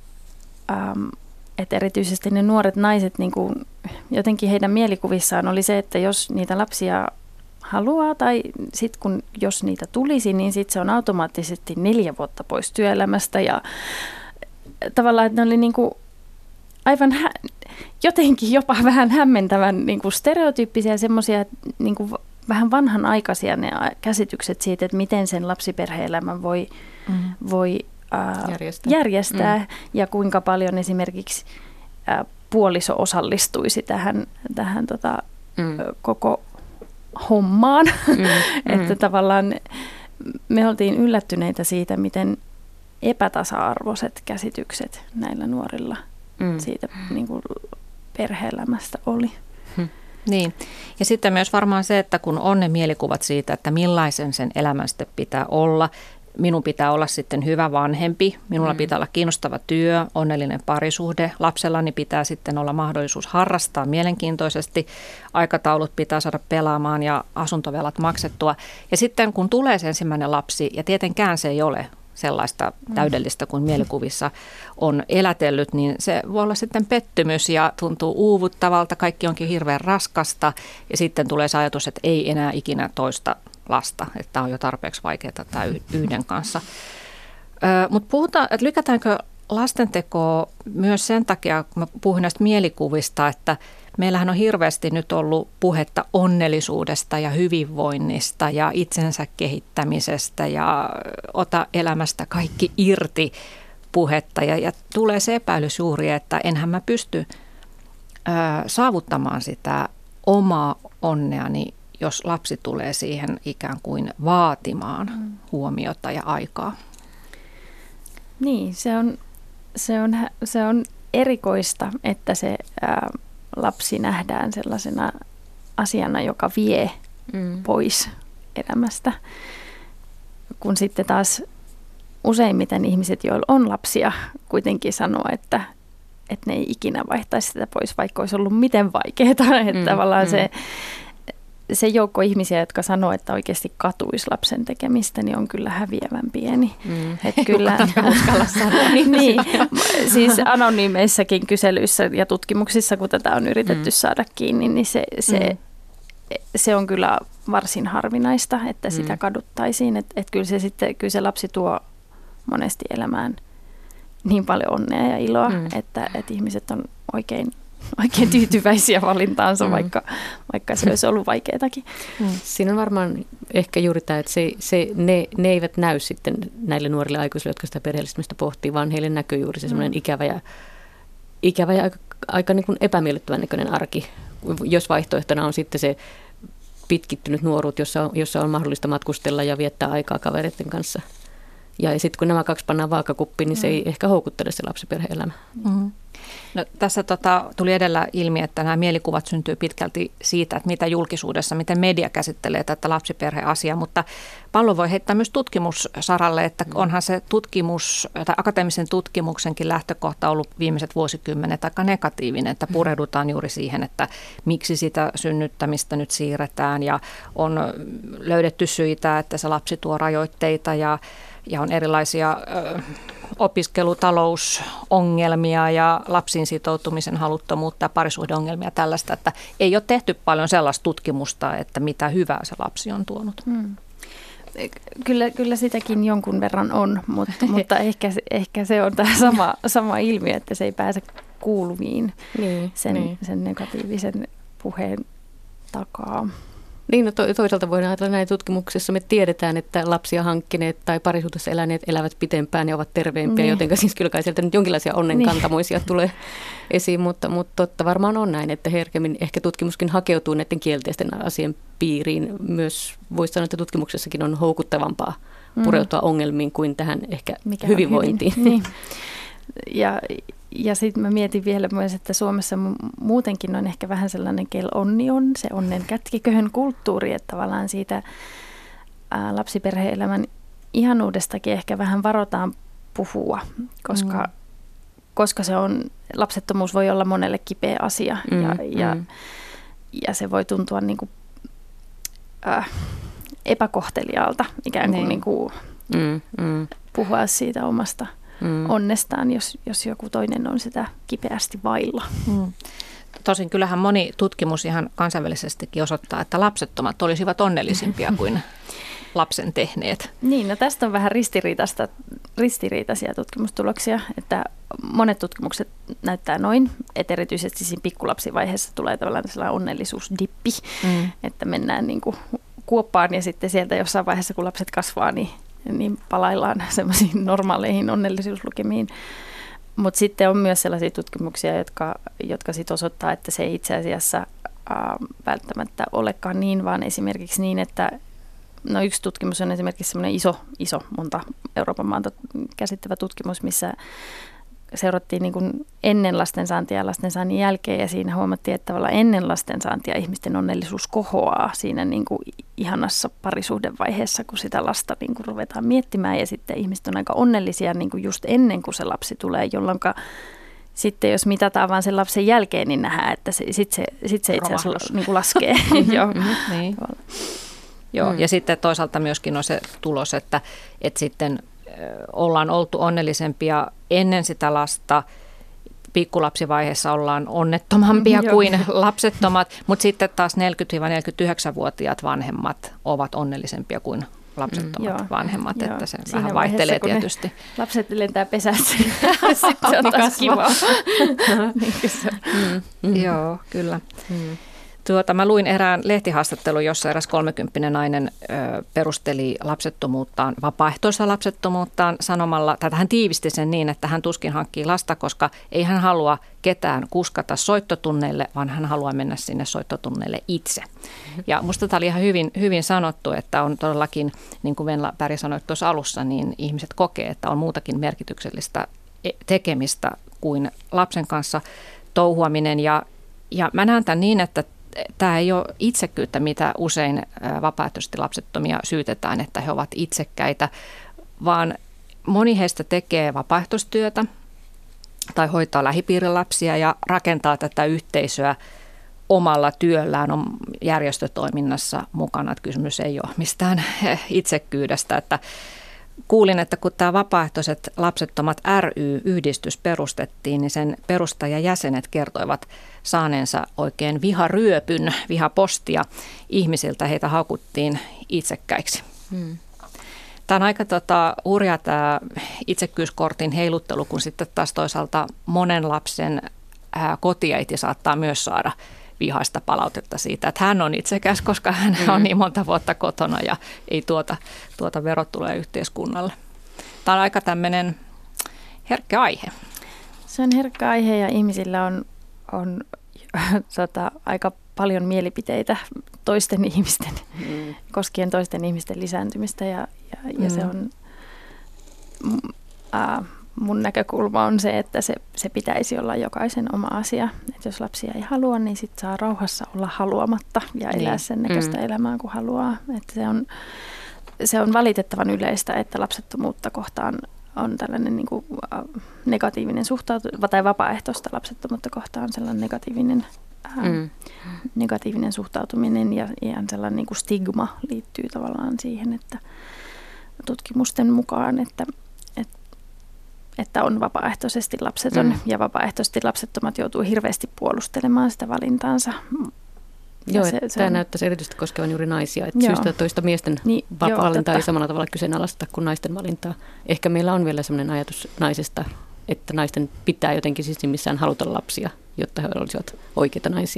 erityisesti ne nuoret naiset, niin kuin jotenkin heidän mielikuvissaan oli se, että jos niitä lapsia haluaa tai sitten jos niitä tulisi, niin sitten se on automaattisesti 4 vuotta pois työelämästä ja tavallaan, että ne oli niin kuin aivan jotenkin jopa vähän hämmentävän niin kuin stereotyyppisiä semmoisia niin kuin vähän vanhanaikaisia ne käsitykset siitä, että miten sen lapsiperhe-elämän voi järjestää ja kuinka paljon esimerkiksi puoliso osallistuisi tähän koko hommaan. Että tavallaan me oltiin yllättyneitä siitä, miten epätasa-arvoiset käsitykset näillä nuorilla siitä niin kuin perhe-elämästä oli. Niin. Ja sitten myös varmaan se, että kun on ne mielikuvat siitä, että millaisen sen elämän sitten pitää olla, minun pitää olla sitten hyvä vanhempi, minulla pitää olla kiinnostava työ, onnellinen parisuhde, lapsellani pitää sitten olla mahdollisuus harrastaa mielenkiintoisesti, aikataulut pitää saada pelaamaan ja asuntovelat maksettua. Ja sitten kun tulee se ensimmäinen lapsi, ja tietenkään se ei ole sellaista täydellistä kuin mielikuvissa on elätellyt, niin se voi olla sitten pettymys ja tuntuu uuvuttavalta, kaikki onkin hirveän raskasta ja sitten tulee se ajatus, että ei enää ikinä toista lasta, että tämä on jo tarpeeksi vaikeaa tämä yhden kanssa. Mutta puhutaan, että lykätäänkö lastentekoa myös sen takia, kun mä puhun näistä mielikuvista, että meillähän on hirveästi nyt ollut puhetta onnellisuudesta ja hyvinvoinnista ja itsensä kehittämisestä ja ota elämästä kaikki irti puhetta. Ja tulee se epäilys juuri, että enhän mä pysty saavuttamaan sitä omaa onneani, jos lapsi tulee siihen ikään kuin vaatimaan huomiota ja aikaa. Niin, se on erikoista, että se lapsi nähdään sellaisena asiana, joka vie pois elämästä, kun sitten taas useimmiten ihmiset, joilla on lapsia, kuitenkin sanoo, että ne ei ikinä vaihtaisi sitä pois, vaikka olisi ollut miten vaikeaa. Että tavallaan se joukko ihmisiä, jotka sanoo, että oikeasti katuisi lapsen tekemistä, niin on kyllä häviävän pieni. Että kyllä uskalla sanoa. Niin, siis anonyymeissäkin kyselyissä ja tutkimuksissa, kun tätä on yritetty saada kiinni, niin se on kyllä varsin harvinaista, että sitä kaduttaisiin. Että kyllä se lapsi tuo monesti elämään niin paljon onnea ja iloa, että ihmiset on oikein tyytyväisiä valintaansa, vaikka se olisi ollut vaikeatakin. Siinä on varmaan ehkä juuri tämä, että ne eivät näy sitten näille nuorille aikuisille, jotka sitä perheellistymistä pohtii, vaan heille näkyy juuri se semmoinen ikävä ja aika niin kuin epämiellyttävän näköinen arki, jos vaihtoehtona on sitten se pitkittynyt nuoruus, jossa on mahdollista matkustella ja viettää aikaa kavereiden kanssa. Ja sitten kun nämä 2 pannaan vaakakuppiin, niin se ei ehkä houkuttele se lapsiperhe-elämä. No, tässä tuli edellä ilmi, että nämä mielikuvat syntyy pitkälti siitä, että mitä julkisuudessa, miten media käsittelee tätä lapsiperheasiaa, mutta pallo voi heittää myös tutkimussaralle, että onhan se tutkimus tai akateemisen tutkimuksenkin lähtökohta ollut viimeiset vuosikymmenet aika negatiivinen, että pureudutaan juuri siihen, että miksi sitä synnyttämistä nyt siirretään ja on löydetty syitä, että se lapsi tuo rajoitteita ja on erilaisia opiskelutalousongelmia ja lapsiin sitoutumisen haluttomuutta ja parisuhdeongelmia tällaista, että ei ole tehty paljon sellaista tutkimusta, että mitä hyvää se lapsi on tuonut. Kyllä sitäkin jonkun verran on, mutta ehkä se on tämä sama ilmiö, että se ei pääse kuuluviin sen negatiivisen puheen takaa. Niin, no toisaalta voidaan ajatella näin tutkimuksessa. Me tiedetään, että lapsia hankkineet tai parisuhteessa eläneet elävät pitempään ja ovat terveempiä, joten siis kyllä kai sieltä nyt jonkinlaisia onnenkantamoisia tulee esiin, mutta totta varmaan on näin, että herkemmin ehkä tutkimuskin hakeutuu näiden kielteisten asian piiriin. Myös voisi sanoa, että tutkimuksessakin on houkuttavampaa pureutua ongelmiin kuin tähän ehkä mikä hyvinvointiin. Niin. Ja sitten mä mietin vielä myös, että Suomessa muutenkin on ehkä vähän sellainen kel onni on, se onnen kätkiköhön kulttuuri, että tavallaan siitä lapsiperhe-elämän ihanuudestakin ehkä vähän varotaan puhua, koska se on, lapsettomuus voi olla monelle kipeä asia ja se voi tuntua niin kuin, epäkohteliaalta ikään kuin, niin kuin puhua siitä omasta onnestaan, jos joku toinen on sitä kipeästi vailla. Tosin kyllähän moni tutkimus ihan kansainvälisestikin osoittaa, että lapsettomat olisivat onnellisimpia kuin lapsen tehneet. Niin, no tästä on vähän ristiriitaisia tutkimustuloksia, että monet tutkimukset näyttää noin, että erityisesti siinä pikkulapsivaiheessa tulee tavallaan sellainen onnellisuusdippi, että mennään niin kuin kuoppaan ja sitten sieltä jossain vaiheessa, kun lapset kasvaa, niin palaillaan semmoisiin normaaleihin onnellisuuslukemiin. Mutta sitten on myös sellaisia tutkimuksia, jotka sit osoittaa, että se ei itse asiassa välttämättä olekaan niin, vaan esimerkiksi niin, että yksi tutkimus on esimerkiksi semmoinen iso monta Euroopan maata käsittävä tutkimus, missä seurattiin niin kuin ennen lastensaantia ja lastensaannin jälkeen, ja siinä huomattiin, että tavallaan ennen lastensaantia ihmisten onnellisuus kohoaa siinä niin kuin ihanassa parisuhdevaiheessa, kun sitä lasta niin kuin ruvetaan miettimään, ja sitten ihmiset on aika onnellisia niin kuin just ennen kuin se lapsi tulee, jolloin sitten jos mitataan vaan sen lapsen jälkeen, niin nähdään, että sitten se itse asiassa niin kuin laskee. Niin. Joo, ja sitten toisaalta myöskin on se tulos, että sitten ollaan oltu onnellisempia ennen sitä lasta, pikkulapsivaiheessa ollaan onnettomampia kuin lapsettomat, mutta sitten taas 40-49-vuotiaat vanhemmat ovat onnellisempia kuin lapsettomat vanhemmat, että se siinä vähän vaihtelee tietysti. Lapset lentää pesässä, sitten se on taas kivaa. Joo, kyllä. Mä luin erään lehtihaastattelun, jossa eräs 30 nainen perusteli lapsettomuuttaan, vapaaehtoista lapsettomuuttaan sanomalla, tai hän tiivisti sen niin, että hän tuskin hankkii lasta, koska ei hän halua ketään kuskata soittotunneille, vaan hän haluaa mennä sinne soittotunneille itse. Ja musta tämä oli ihan hyvin sanottu, että on todellakin, niin kuin Venla Berg sanoi tuossa alussa, niin ihmiset kokee, että on muutakin merkityksellistä tekemistä kuin lapsen kanssa touhuaminen. Ja mä näen tämän niin, että tämä ei ole itsekkyyttä, mitä usein vapaaehtoisesti lapsettomia syytetään, että he ovat itsekkäitä, vaan moni heistä tekee vapaaehtoistyötä tai hoitaa lähipiirin lapsia ja rakentaa tätä yhteisöä omalla työllään, on järjestötoiminnassa mukana. Että kysymys ei ole mistään itsekkyydestä. Että kuulin, että kun tämä Vapaaehtoiset lapsettomat ry-yhdistys perustettiin, niin sen perustajajäsenet kertoivat saaneensa oikein vihapostia ihmisiltä. Heitä haukuttiin itsekkäiksi. Tämä on aika hurjaa tämä itsekkyyskortin heiluttelu, kun sitten taas toisaalta monen lapsen kotiäiti saattaa myös saada vihaista palautetta siitä, että hän on itsekäs, koska hän on niin monta vuotta kotona ja ei tuota verot tulee yhteiskunnalle. Tämä on aika tämmöinen herkkä aihe. Se on herkkä aihe ja ihmisillä on aika paljon mielipiteitä koskien toisten ihmisten lisääntymistä ja se on mun näkökulma on se, että se pitäisi olla jokaisen oma asia. Että jos lapsia ei halua, niin sit saa rauhassa olla haluamatta ja elää sen näköistä elämää kuin haluaa. Että se on valitettavan yleistä, että lapsettomuutta kohtaan on tällainen niin kuin negatiivinen suhtautuminen, tai vapaaehtoista lapsettomuutta kohtaan sellainen negatiivinen suhtautuminen ja ihan sellainen niin kuin stigma liittyy tavallaan siihen, että tutkimusten mukaan, että on vapaaehtoisesti lapseton ja vapaaehtoisesti lapsettomat joutuu hirveästi puolustelemaan sitä valintaansa. Joo, tämä näyttäisi erityisesti koskevan juuri naisia, että syystä toista miesten valintaa ei samalla tavalla kyseenalaista kuin naisten valintaa. Ehkä meillä on vielä sellainen ajatus naisesta, että naisten pitää jotenkin missään haluta lapsia, jotta he olisivat oikeita naisia.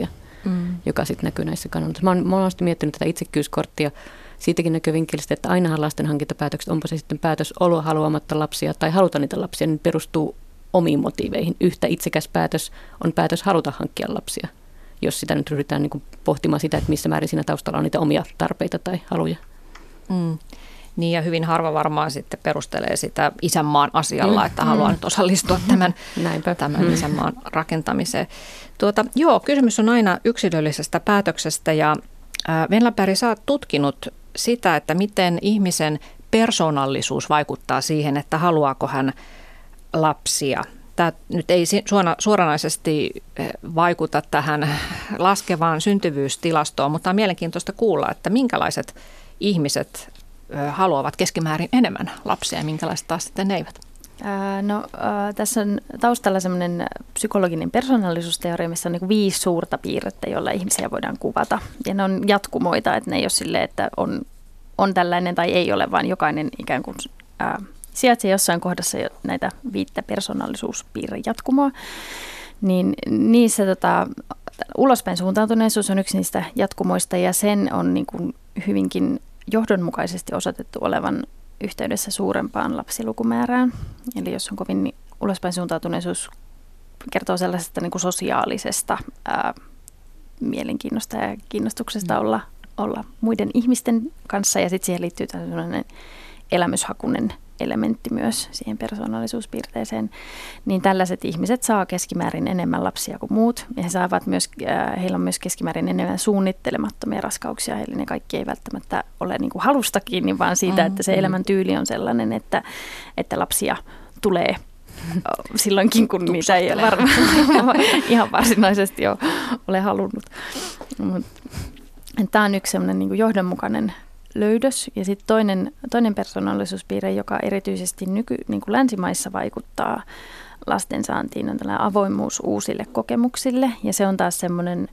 joka sitten näkyy näissä kannanotoissa. Mä oon miettinyt tätä itsekkyyskorttia siitäkin näkövinkkelistä, että ainahan lasten hankintapäätökset, onpa se sitten päätös olla haluamatta lapsia tai haluta niitä lapsia, niin perustuu omiin motiiveihin. Yhtä itsekäs päätös on päätös haluta hankkia lapsia, jos sitä nyt ryhdytään niin kuin pohtimaan sitä, että missä määrin siinä taustalla on niitä omia tarpeita tai haluja. Niin ja hyvin harva varmaan sitten perustelee sitä isänmaan asialla, että haluaa nyt osallistua tämän isänmaan rakentamiseen. Kysymys on aina yksilöllisestä päätöksestä ja Venlaberg, sä oot tutkinut sitä, että miten ihmisen persoonallisuus vaikuttaa siihen, että haluaako hän lapsia. Tämä nyt ei suoranaisesti vaikuta tähän laskevaan syntyvyystilastoon, mutta on mielenkiintoista kuulla, että minkälaiset ihmiset haluavat keskimäärin enemmän lapsia ja minkälaiset taas sitten eivät. Tässä on taustalla semmoinen psykologinen persoonallisuusteoria, missä on niin kuin 5 suurta piirrettä, joilla ihmisiä voidaan kuvata. Ja ne on jatkumoita, että ne ei ole silleen, että on tällainen tai ei ole, vaan jokainen ikään kuin sijaitsee jossain kohdassa näitä 5 persoonallisuuspiirren jatkumoa. Niin niissä ulospäin suuntautuneisuus on yksi niistä jatkumoista ja sen on niin kuin hyvinkin johdonmukaisesti osoitettu olevan yhteydessä suurempaan lapsilukumäärään. Eli jos on kovin ulospäin suuntautuneisuus kertoo sellaisesta niin kuin sosiaalisesta mielenkiinnosta ja kiinnostuksesta olla muiden ihmisten kanssa. Ja sitten siihen liittyy tällainen elämyshakunen elementti myös siihen persoonallisuuspiirteeseen, niin tällaiset ihmiset saa keskimäärin enemmän lapsia kuin muut. Ja heillä on myös keskimäärin enemmän suunnittelemattomia raskauksia, eli ne kaikki ei välttämättä ole niin kuin halusta kiinni, vaan siitä, että se elämäntyyli on sellainen, että lapsia tulee silloinkin, kun niitä ei varmaan ihan varsinaisesti ole halunnut. Tämä on yksi sellainen niin kuin johdonmukainen löydös. Ja sitten toinen persoonallisuuspiirre, joka erityisesti niin kuin länsimaissa vaikuttaa lastensaantiin, on tällainen avoimuus uusille kokemuksille. Ja se on taas semmoinen,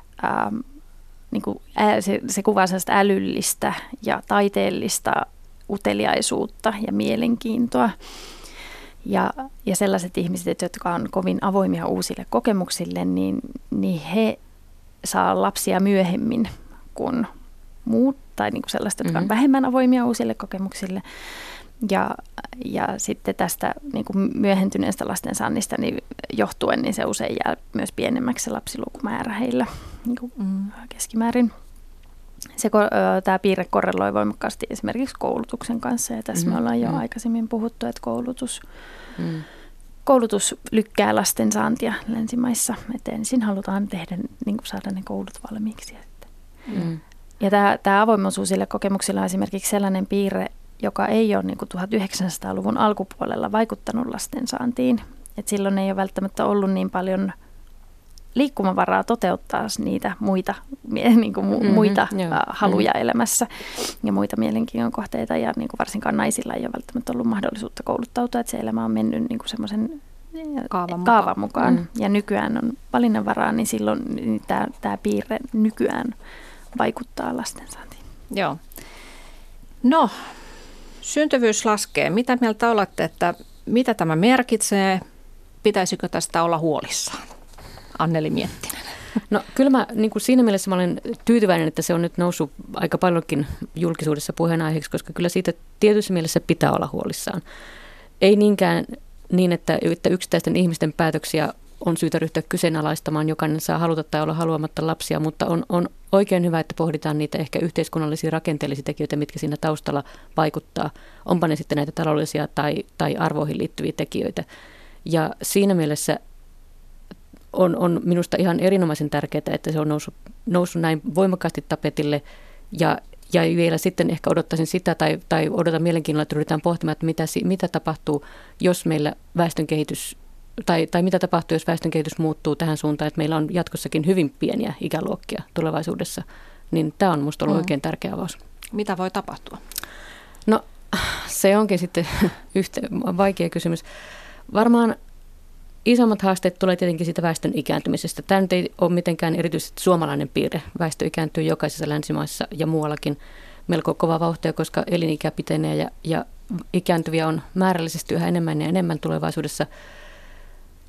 se kuvaa sellaista älyllistä ja taiteellista uteliaisuutta ja mielenkiintoa. Ja sellaiset ihmiset, jotka on kovin avoimia uusille kokemuksille, niin he saa lapsia myöhemmin kuin muut, tai niin kuin sellaista, jotka on vähemmän avoimia uusille kokemuksille. Ja sitten tästä niin kuin myöhentyneestä lastensaannista niin johtuen, niin se usein jää myös pienemmäksi se lapsilukumäärä heillä niin kuin keskimäärin. Tämä piirre korreloi voimakkaasti esimerkiksi koulutuksen kanssa, ja tässä me ollaan jo aikaisemmin puhuttu, että koulutus lykkää lastensaantia länsimaissa. Että ensin halutaan niin kuin saada ne koulut valmiiksi. Ja tämä avoimuus uusille kokemuksilla on esimerkiksi sellainen piirre, joka ei ole niin kuin 1900-luvun alkupuolella vaikuttanut lastensaantiin. Et silloin ei ole välttämättä ollut niin paljon liikkumavaraa toteuttaa niitä muita haluja elämässä ja muita mielenkiinnon kohteita. Ja niin kuin varsinkaan naisilla ei ole välttämättä ollut mahdollisuutta kouluttautua, että se elämä on mennyt niin kuin semmoisen kaavan mukaan. Ja nykyään on valinnanvaraa, niin silloin tämä piirre nykyään vaikuttaa lastensaantiin. Joo. No, syntyvyys laskee. Mitä mieltä olette, että mitä tämä merkitsee? Pitäisikö tästä olla huolissaan? Anneli Miettinen. No kyllä niin kuin siinä mielessä mä olen tyytyväinen, että se on nyt noussut aika paljonkin julkisuudessa puheenaiheeksi, koska kyllä siitä tietyssä mielessä pitää olla huolissaan. Ei niinkään niin, että yksittäisten ihmisten päätöksiä on syytä ryhtyä kyseenalaistamaan, jokainen saa haluta tai olla haluamatta lapsia, mutta on oikein hyvä, että pohditaan niitä ehkä yhteiskunnallisia rakenteellisia tekijöitä, mitkä siinä taustalla vaikuttaa. Onpa ne sitten näitä taloudellisia tai arvoihin liittyviä tekijöitä. Ja siinä mielessä on minusta ihan erinomaisen tärkeää, että se on noussut näin voimakkaasti tapetille ja vielä sitten ehkä odottaisin sitä tai odotan mielenkiinnolla, että ryhdytään pohtimaan, että mitä tapahtuu, jos meillä väestönkehitys tai mitä tapahtuu, jos väestönkehitys muuttuu tähän suuntaan, että meillä on jatkossakin hyvin pieniä ikäluokkia tulevaisuudessa, niin tämä on minusta ollut oikein tärkeä avaus. Mitä voi tapahtua? No se onkin sitten vaikea kysymys. Varmaan isommat haasteet tulee tietenkin siitä väestön ikääntymisestä. Tämä nyt ei ole mitenkään erityisesti suomalainen piirre. Väestö ikääntyy jokaisessa länsimaissa ja muuallakin melko kova vauhtia, koska elinikä pitenee ja ikääntyviä on määrällisesti yhä enemmän ja enemmän tulevaisuudessa.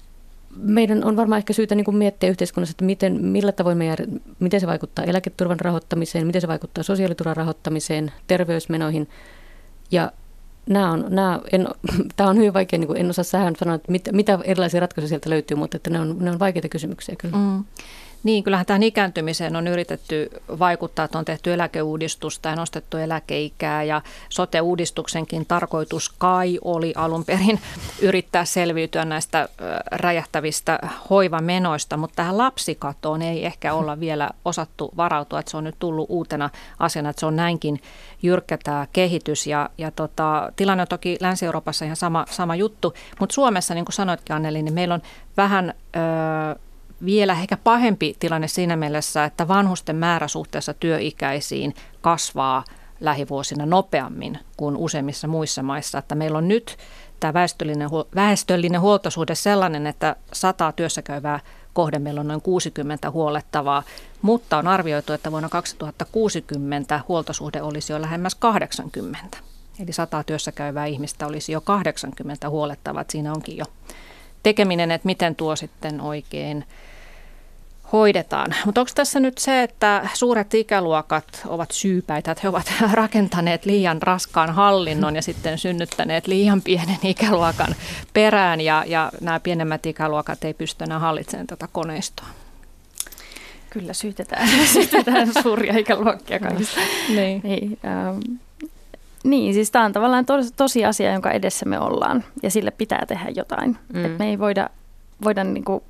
meidän on varmaan ehkä syytä niin kuin miettiä yhteiskunnassa, että millä tavoin miten se vaikuttaa eläketurvan rahoittamiseen, miten se vaikuttaa sosiaaliturvan rahoittamiseen, terveysmenoihin. Ja tämä on hyvin vaikea, niin kuin en osaa sanoa, että mitä erilaisia ratkaisuja sieltä löytyy, mutta että ne on vaikeita kysymyksiä kyllä. Niin, kyllähän tähän ikääntymiseen on yritetty vaikuttaa, että on tehty eläkeuudistusta ja nostettu eläkeikää ja sote-uudistuksenkin tarkoitus kai oli alun perin yrittää selviytyä näistä räjähtävistä hoivamenoista, mutta tähän lapsikatoon ei ehkä olla vielä osattu varautua, että se on nyt tullut uutena asiana, että se on näinkin jyrkkä tämä kehitys ja tilanne on toki Länsi-Euroopassa ihan sama juttu, mutta Suomessa, niin kuin sanoitkin Anneli, niin meillä on vähän vielä ehkä pahempi tilanne siinä mielessä, että vanhusten määrä suhteessa työikäisiin kasvaa lähivuosina nopeammin kuin useimmissa muissa maissa. Että meillä on nyt tämä väestöllinen huoltosuhde sellainen, että 100 työssäkäyvää kohden meillä on noin 60 huollettavaa, mutta on arvioitu, että vuonna 2060 huoltosuhde olisi jo lähemmäs 80. Eli 100 työssäkäyvää ihmistä olisi jo 80 huollettavaa. Siinä onkin jo tekeminen, että miten tuo sitten oikein hoidetaan. Mutta onko tässä nyt se, että suuret ikäluokat ovat syypäitä, että he ovat rakentaneet liian raskaan hallinnon ja sitten synnyttäneet liian pienen ikäluokan perään ja nämä pienemmät ikäluokat ei pysty enää hallitsemaan tätä koneistoa? Kyllä syytetään suuria ikäluokkia kaikista. Niin, siis tämä on tavallaan tosiasia, jonka edessä me ollaan ja sille pitää tehdä jotain. Et me ei voida niinku,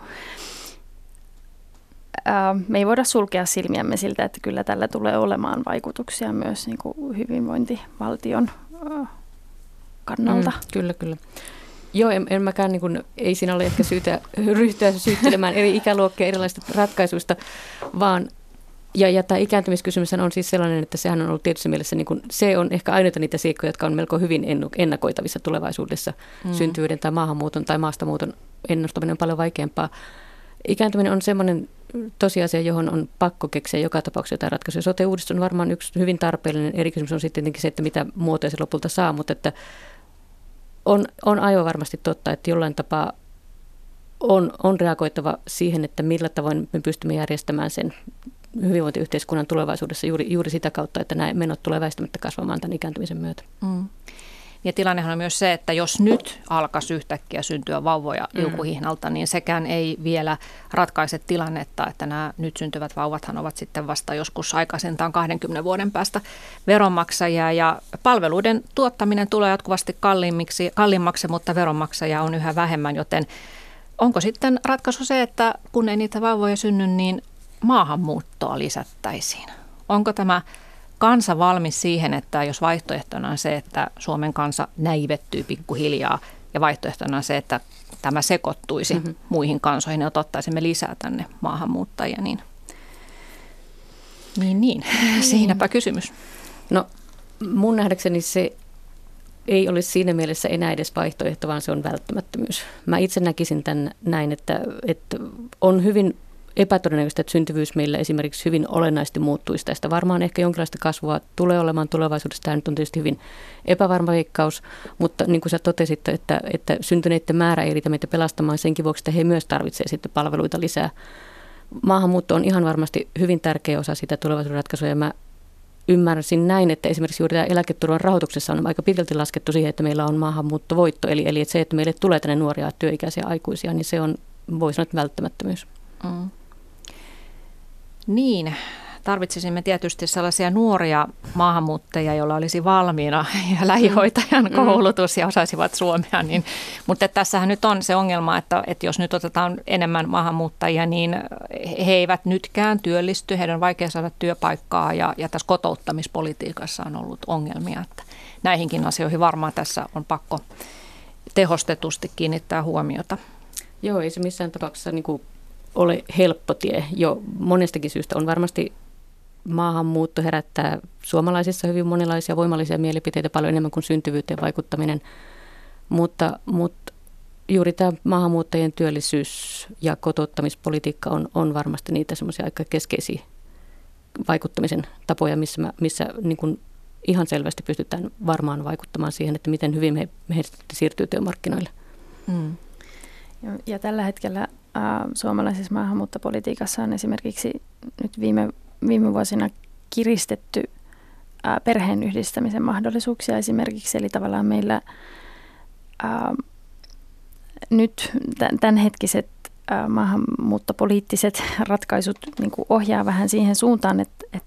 me ei voida sulkea silmiämme siltä, että kyllä tällä tulee olemaan vaikutuksia myös niinku hyvinvointivaltion kannalta. Kyllä. Joo, en mäkään, niin kuin, ei siinä ole ehkä syytä ryhtyä syyttelemään eri ikäluokkia erilaisista ratkaisuista, vaan ja tämä ikääntymiskysymys on siis sellainen, että sehän on ollut tietyssä mielessä, niin kuin, se on ehkä ainoita niitä seikkoja, jotka on melko hyvin ennakoitavissa tulevaisuudessa. Syntyvyyden tai maahanmuuton tai maastamuuton ennustaminen on paljon vaikeampaa. Ikääntyminen on semmoinen tosiasia, johon on pakko keksiä joka tapauksessa jotain ratkaisuja. Sote-uudistus on varmaan yksi hyvin tarpeellinen. Eri kysymys on sitten se, että mitä muotoja se lopulta saa, mutta että on aivan varmasti totta, että jollain tapaa on reagoitava siihen, että millä tavoin me pystymme järjestämään sen hyvinvointiyhteiskunnan tulevaisuudessa juuri sitä kautta, että nämä menot tulee väistämättä kasvamaan tämän ikääntymisen myötä. Ja tilannehan on myös se, että jos nyt alkaisi yhtäkkiä syntyä vauvoja liukuhihnalta, niin sekään ei vielä ratkaise tilannetta, että nämä nyt syntyvät vauvathan ovat sitten vasta joskus aikaisintaan 20 vuoden päästä veronmaksajia ja palveluiden tuottaminen tulee jatkuvasti kalliimmaksi, mutta veronmaksajia on yhä vähemmän, joten onko sitten ratkaisu se, että kun ei niitä vauvoja synny, niin maahanmuuttoa lisättäisiin? Onko tämä kansa valmis siihen, että jos vaihtoehtona on se, että Suomen kansa näivettyy pikkuhiljaa ja vaihtoehtona on se, että tämä sekoittuisi muihin kansoihin ja ottaisimme lisää tänne maahanmuuttajia, niin. Siinäpä kysymys. No mun nähdäkseni se ei ole siinä mielessä enää edes vaihtoehto, vaan se on välttämättömyys. Mä itse näkisin tämän näin, että on hyvin epätodennäköistä, että syntyvyys meillä esimerkiksi hyvin olennaisesti muuttuisi tästä. Varmaan ehkä jonkinlaista kasvua tulee olemaan tulevaisuudessa. Tämä nyt on tietysti hyvin epävarma veikkaus, mutta niin kuin sä totesit, että syntyneiden määrä ei riitä meitä pelastamaan senkin vuoksi, että he myös tarvitsevat sitten palveluita lisää. Maahanmuutto on ihan varmasti hyvin tärkeä osa sitä tulevaisuuden ratkaisua ja mä ymmärsin näin, että esimerkiksi juuri tämä eläketurvan rahoituksessa on aika pitkälti laskettu siihen, että meillä on maahanmuuttovoitto. Eli että se, että meille tulee tänne nuoria työikäisiä aikuisia, niin se on, voi sanoa, välttämättömyys. Niin, tarvitsisimme tietysti sellaisia nuoria maahanmuuttajia, joilla olisi valmiina ja lähihoitajan koulutus ja osaisivat suomea. Mutta tässähän nyt on se ongelma, että jos nyt otetaan enemmän maahanmuuttajia, niin he eivät nytkään työllisty. Heidän on vaikea saada työpaikkaa ja tässä kotouttamispolitiikassa on ollut ongelmia. Että näihinkin asioihin varmaan tässä on pakko tehostetusti kiinnittää huomiota. Joo, ei se missään tapauksessa ole helppo tie. Jo monestakin syystä on varmasti maahanmuutto herättää suomalaisissa hyvin monenlaisia voimallisia mielipiteitä paljon enemmän kuin syntyvyyteen vaikuttaminen. Mutta juuri tämä maahanmuuttajien työllisyys- ja kotouttamispolitiikka on varmasti niitä semmoisia aika keskeisiä vaikuttamisen tapoja, missä niin kuin ihan selvästi pystytään varmaan vaikuttamaan siihen, että miten hyvin he siirtyy työmarkkinoille. Ja tällä hetkellä suomalaisessa maahanmuuttopolitiikassa on esimerkiksi nyt viime vuosina kiristetty perheen yhdistämisen mahdollisuuksia esimerkiksi. Eli tavallaan meillä nyt tämänhetkiset maahanmuuttopoliittiset ratkaisut niin kuin ohjaa vähän siihen suuntaan,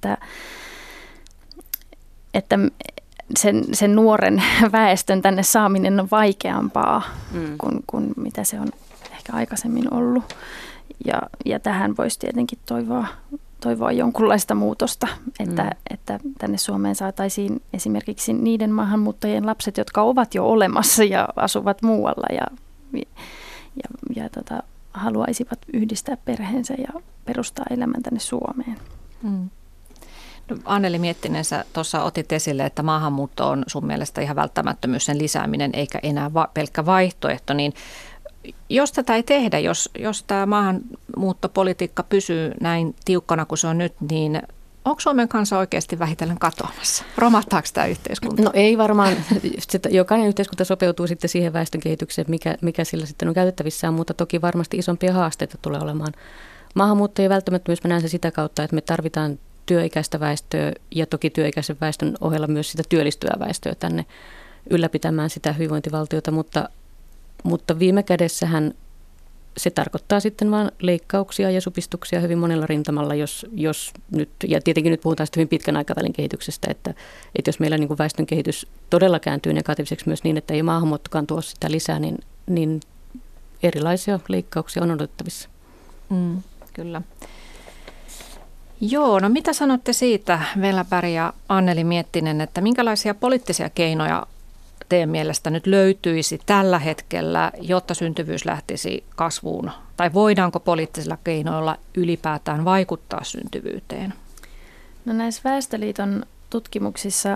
että sen nuoren väestön tänne saaminen on vaikeampaa kuin mitä se on ehkä aikaisemmin ollut. Ja tähän voisi tietenkin toivoa jonkunlaista muutosta, että tänne Suomeen saataisiin esimerkiksi niiden maahanmuuttajien lapset, jotka ovat jo olemassa ja asuvat muualla ja haluaisivat yhdistää perheensä ja perustaa elämän tänne Suomeen. No, Anneli Miettinen, sä tuossa otit esille, että maahanmuutto on sun mielestä ihan välttämättömyys sen lisääminen eikä enää pelkkä vaihtoehto, niin jos tätä ei tehdä, jos tämä maahanmuuttopolitiikka pysyy näin tiukkana kuin se on nyt, niin onko Suomen kansa oikeasti vähitellen katoamassa? Romahtaako tämä yhteiskunta? No ei varmaan. Jokainen yhteiskunta sopeutuu sitten siihen väestönkehitykseen, mikä sillä sitten on käytettävissään, mutta toki varmasti isompia haasteita tulee olemaan. Maahanmuuttajien välttämättömyys, mä näen se sitä kautta, että me tarvitaan työikäistä väestöä ja toki työikäisen väestön ohella myös sitä työllistyvää väestöä tänne ylläpitämään sitä hyvinvointivaltiota, mutta viime kädessähän se tarkoittaa sitten vain leikkauksia ja supistuksia hyvin monella rintamalla, jos nyt, ja tietenkin nyt puhutaan sitten hyvin pitkän aikavälin kehityksestä, että jos meillä niin kuin väestön kehitys todella kääntyy negatiiviseksi myös niin, että ei maahanmuuttokaan tuo sitä lisää, niin erilaisia leikkauksia on odotettavissa. Kyllä. Joo, no mitä sanotte siitä, Vella-Berg ja Anneli Miettinen, että minkälaisia poliittisia keinoja teidän mielestä nyt löytyisi tällä hetkellä, jotta syntyvyys lähtisi kasvuun? Tai voidaanko poliittisilla keinoilla ylipäätään vaikuttaa syntyvyyteen? No näissä Väestöliiton tutkimuksissa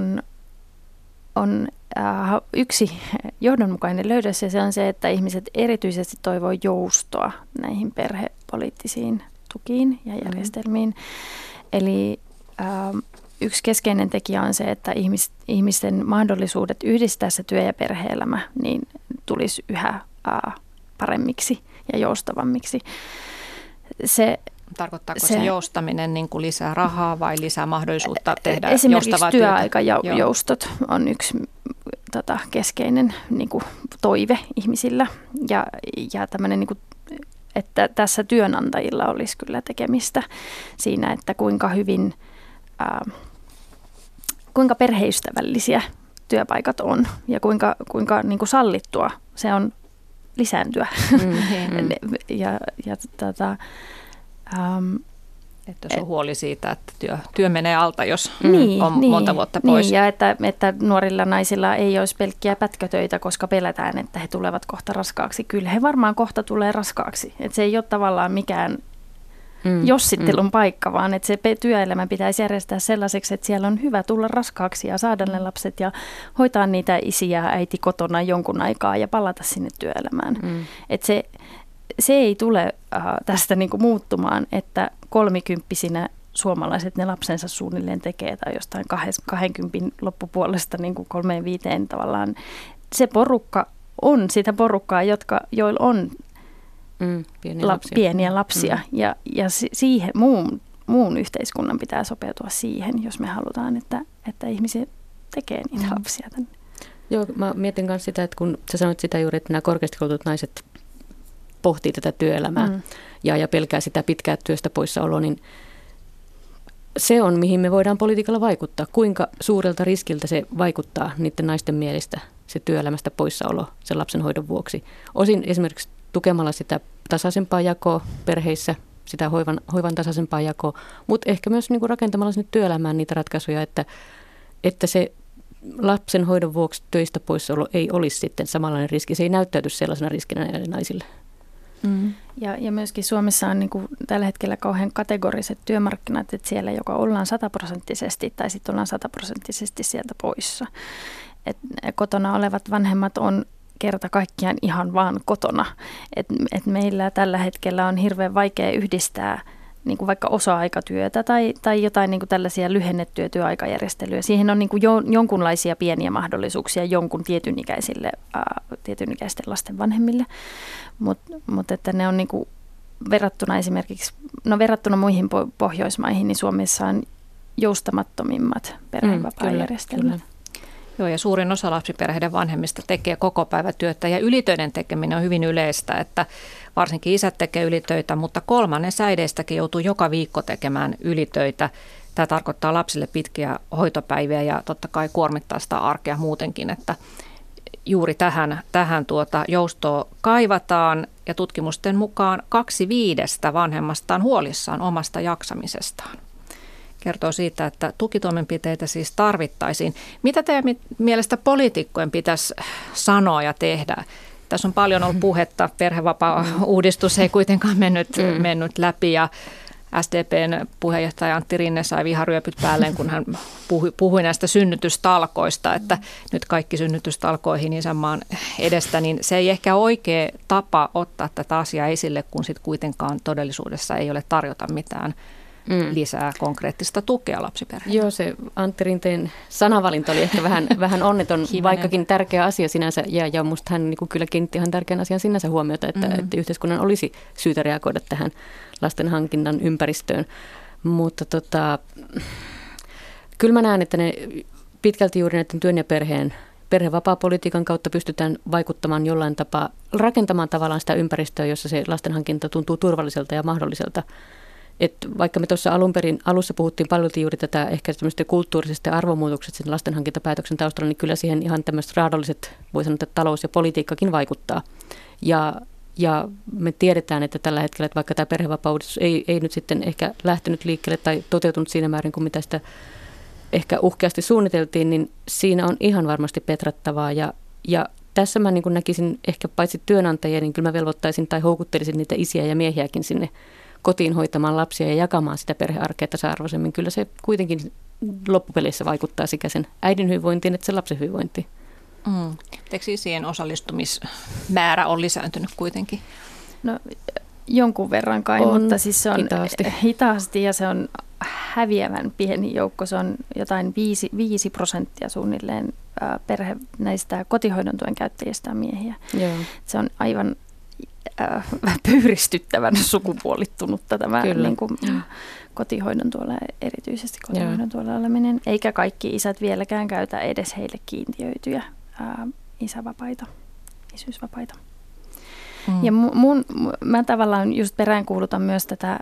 on yksi johdonmukainen löydös, ja se on se, että ihmiset erityisesti toivoo joustoa näihin perhepoliittisiin tukiin ja järjestelmiin. Eli yksi keskeinen tekijä on se, että ihmisten mahdollisuudet yhdistää se työ- ja perhe-elämä niin tulisi yhä paremmiksi ja joustavammiksi. Tarkoittaako se joustaminen niin kuin lisää rahaa vai lisää mahdollisuutta tehdä esimerkiksi joustavaa työtä? Työaikajoustot on yksi keskeinen niin kuin toive ihmisillä ja tämmöinen niin kuin, että tässä työnantajilla olisi kyllä tekemistä siinä, että kuinka perheystävällisiä työpaikat on ja kuinka niin kuin sallittua se on lisääntyä. Että jos on huoli siitä, että työ menee alta, jos on monta vuotta pois. Niin, ja että nuorilla naisilla ei olisi pelkkiä pätkätöitä, koska pelätään, että he tulevat kohta raskaaksi. Kyllä he varmaan kohta tulee raskaaksi. Että se ei ole tavallaan mikään jossittelun paikka, vaan että se työelämä pitäisi järjestää sellaiseksi, että siellä on hyvä tulla raskaaksi ja saada ne lapset ja hoitaa niitä isiä ja äiti kotona jonkun aikaa ja palata sinne työelämään. Että se ei tule tästä niinku muuttumaan, että 30-vuotiaana suomalaiset ne lapsensa suunnilleen tekee tai jostain 20 loppupuolesta niin 3-5 tavallaan. Se porukka on sitä porukkaa, joilla on pieniä lapsia ja siihen muun yhteiskunnan pitää sopeutua siihen, jos me halutaan, että ihmiset tekee niitä lapsia tänne. Joo, mä mietin myös sitä, että kun sä sanoit sitä juuri, että nämä korkeasti koulutut naiset pohtii tätä työelämää ja pelkää sitä pitkää työstä poissaoloa, niin se on, mihin me voidaan politiikalla vaikuttaa. Kuinka suurelta riskiltä se vaikuttaa niiden naisten mielestä, se työelämästä poissaolo sen lapsenhoidon vuoksi. Osin esimerkiksi tukemalla sitä tasaisempaa jakoa perheissä, sitä hoivan tasaisempaa jakoa, mutta ehkä myös niin kuin rakentamalla sinne työelämään niitä ratkaisuja, että se lapsenhoidon vuoksi töistä poissaolo ei olisi sitten samanlainen riski. Se ei näyttäydy sellaisena riskinä näille naisille. Ja myöskin Suomessa on niin kuin tällä hetkellä kauhean kategoriset työmarkkinat, että siellä joko ollaan 100% tai sitten ollaan 100% sieltä poissa. Et kotona olevat vanhemmat on kerta kaikkiaan ihan vaan kotona. Et meillä tällä hetkellä on hirveän vaikea yhdistää niin kuin vaikka osa-aikatyötä tai jotain niin kuin tällaisia lyhennettyjä työaikajärjestelyjä. Siihen on niin kuin jonkunlaisia pieniä mahdollisuuksia jonkun tietynikäisten lasten vanhemmille, mutta että ne on niin kuin verrattuna muihin Pohjoismaihin, niin Suomessa on joustamattomimmat perhevapaajärjestelmät. Joo, ja suurin osa lapsiperheiden vanhemmista tekee kokopäivätyötä ja ylitöiden tekeminen on hyvin yleistä, että varsinkin isät tekee ylitöitä, mutta kolmannes äideistäkin joutuu joka viikko tekemään ylitöitä. Tämä tarkoittaa lapsille pitkiä hoitopäiviä ja totta kai kuormittaa sitä arkea muutenkin, että juuri tähän joustoa kaivataan ja tutkimusten mukaan 2/5 vanhemmasta on huolissaan omasta jaksamisestaan. Kertoo siitä, että tukitoimenpiteitä siis tarvittaisiin. Mitä teidän mielestä poliitikkojen pitäisi sanoa ja tehdä? Tässä on paljon ollut puhetta, perhevapaa-uudistus ei kuitenkaan mennyt läpi ja SDPn puheenjohtaja Antti Rinne sai viharyöpyt päälleen, kun hän puhui näistä synnytystalkoista, että nyt kaikki synnytystalkoihin isänmaan edestä, niin se ei ehkä ole oikea tapa ottaa tätä asiaa esille, kun sitten kuitenkaan todellisuudessa ei ole tarjota mitään lisää konkreettista tukea lapsiperheille. Joo, se Antti Rinteen sanavalinta oli ehkä vähän onneton, vaikkakin tärkeä asia sinänsä. Ja musta hän niin kyllä kiinnitti ihan tärkeän asian sinänsä huomiota, että yhteiskunnan olisi syytä reagoida tähän lasten hankinnan ympäristöön. Mutta kyllä mä näen, että ne pitkälti juuri näiden työn ja perhevapaapolitiikan kautta pystytään vaikuttamaan jollain tapaa, rakentamaan tavallaan sitä ympäristöä, jossa se lasten hankinta tuntuu turvalliselta ja mahdolliselta. Että vaikka me tuossa alussa puhuttiin paljon juuri tätä ehkä tämmöistä kulttuurisesta arvomuutokset sen lastenhankintapäätöksen taustalla, niin kyllä siihen ihan tämmöiset raadolliset, voi sanoa, että talous ja politiikkakin vaikuttaa. Ja me tiedetään, että tällä hetkellä, että vaikka tämä perhevapaa-uudistus ei nyt sitten ehkä lähtenyt liikkeelle tai toteutunut siinä määrin kuin mitä sitä ehkä uhkeasti suunniteltiin, niin siinä on ihan varmasti petrattavaa. Ja tässä mä niin kuin näkisin ehkä paitsi työnantajia, niin kyllä mä velvoittaisin tai houkuttelisin niitä isiä ja miehiäkin sinne kotiin hoitamaan lapsia ja jakamaan sitä perhearkea tasa-arvoisemmin. Kyllä se kuitenkin loppupeleissä vaikuttaa sekä sen äidin hyvinvointiin että sen lapsen hyvinvointiin. Eikö isien osallistumismäärä on lisääntynyt kuitenkin? No jonkun verran kai, mutta siis se on hitaasti ja se on häviävän pieni joukko. Se on jotain 5% suunnilleen näistä kotihoidon tuen käyttäjistä on miehiä. Joo. Se on aivan pyyristyttävän sukupuolittunutta tämä niin kuin, kotihoidon tuolla, erityisesti kotihoidon tuolla oleminen. Eikä kaikki isät vieläkään käytä edes heille kiintiöityjä isävapaita, isyysvapaita. Ja mä tavallaan just peräänkuulutan myös tätä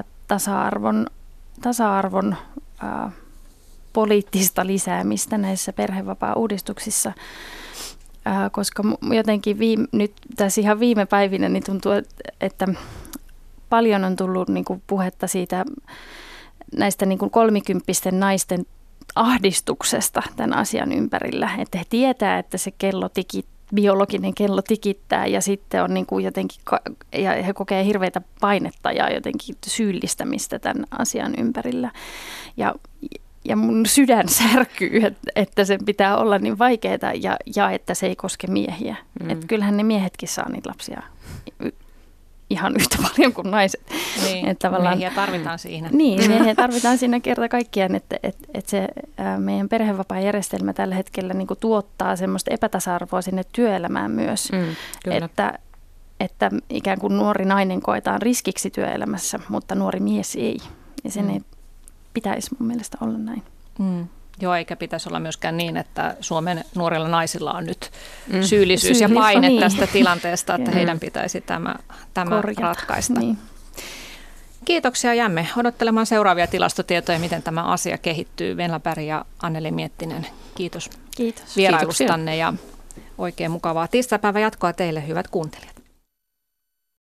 tasa-arvon poliittista lisäämistä näissä perhevapaa-uudistuksissa. Koska jotenkin nyt tässä ihan viime päivinä niin tuntuu, että paljon on tullut niin kuin puhetta siitä näistä niin kuin 30-vuotiaiden naisten ahdistuksesta tämän asian ympärillä. Että he tietää, että se biologinen kello tikittää ja sitten on niin kuin jotenkin, ja he kokee hirveitä painetta ja jotenkin syyllistämistä tämän asian ympärillä. Ja mun sydän särkyy, että sen pitää olla niin vaikeaa ja että se ei koske miehiä. Että kyllähän ne miehetkin saa niitä lapsia ihan yhtä paljon kuin naiset. Niin, miehiä tarvitaan siinä. Niin, miehiä tarvitaan siinä kerta kaikkiaan, että se meidän perhevapaajärjestelmä tällä hetkellä niin kuin tuottaa semmoista epätasa-arvoa sinne työelämään myös. Että ikään kuin nuori nainen koetaan riskiksi työelämässä, mutta nuori mies ei. Ja sen ei pitäisi mun mielestä olla näin. Joo, eikä pitäisi olla myöskään niin, että Suomen nuorilla naisilla on nyt syyllisyys ja paine tästä tilanteesta, että heidän pitäisi tämä ratkaista. Niin. Kiitoksia, jäämme odottelemaan seuraavia tilastotietoja, miten tämä asia kehittyy. Venla Berg ja Anneli Miettinen, kiitos vierailustanne ja oikein mukavaa tiistaipäivän jatkoa teille, hyvät kuuntelijat.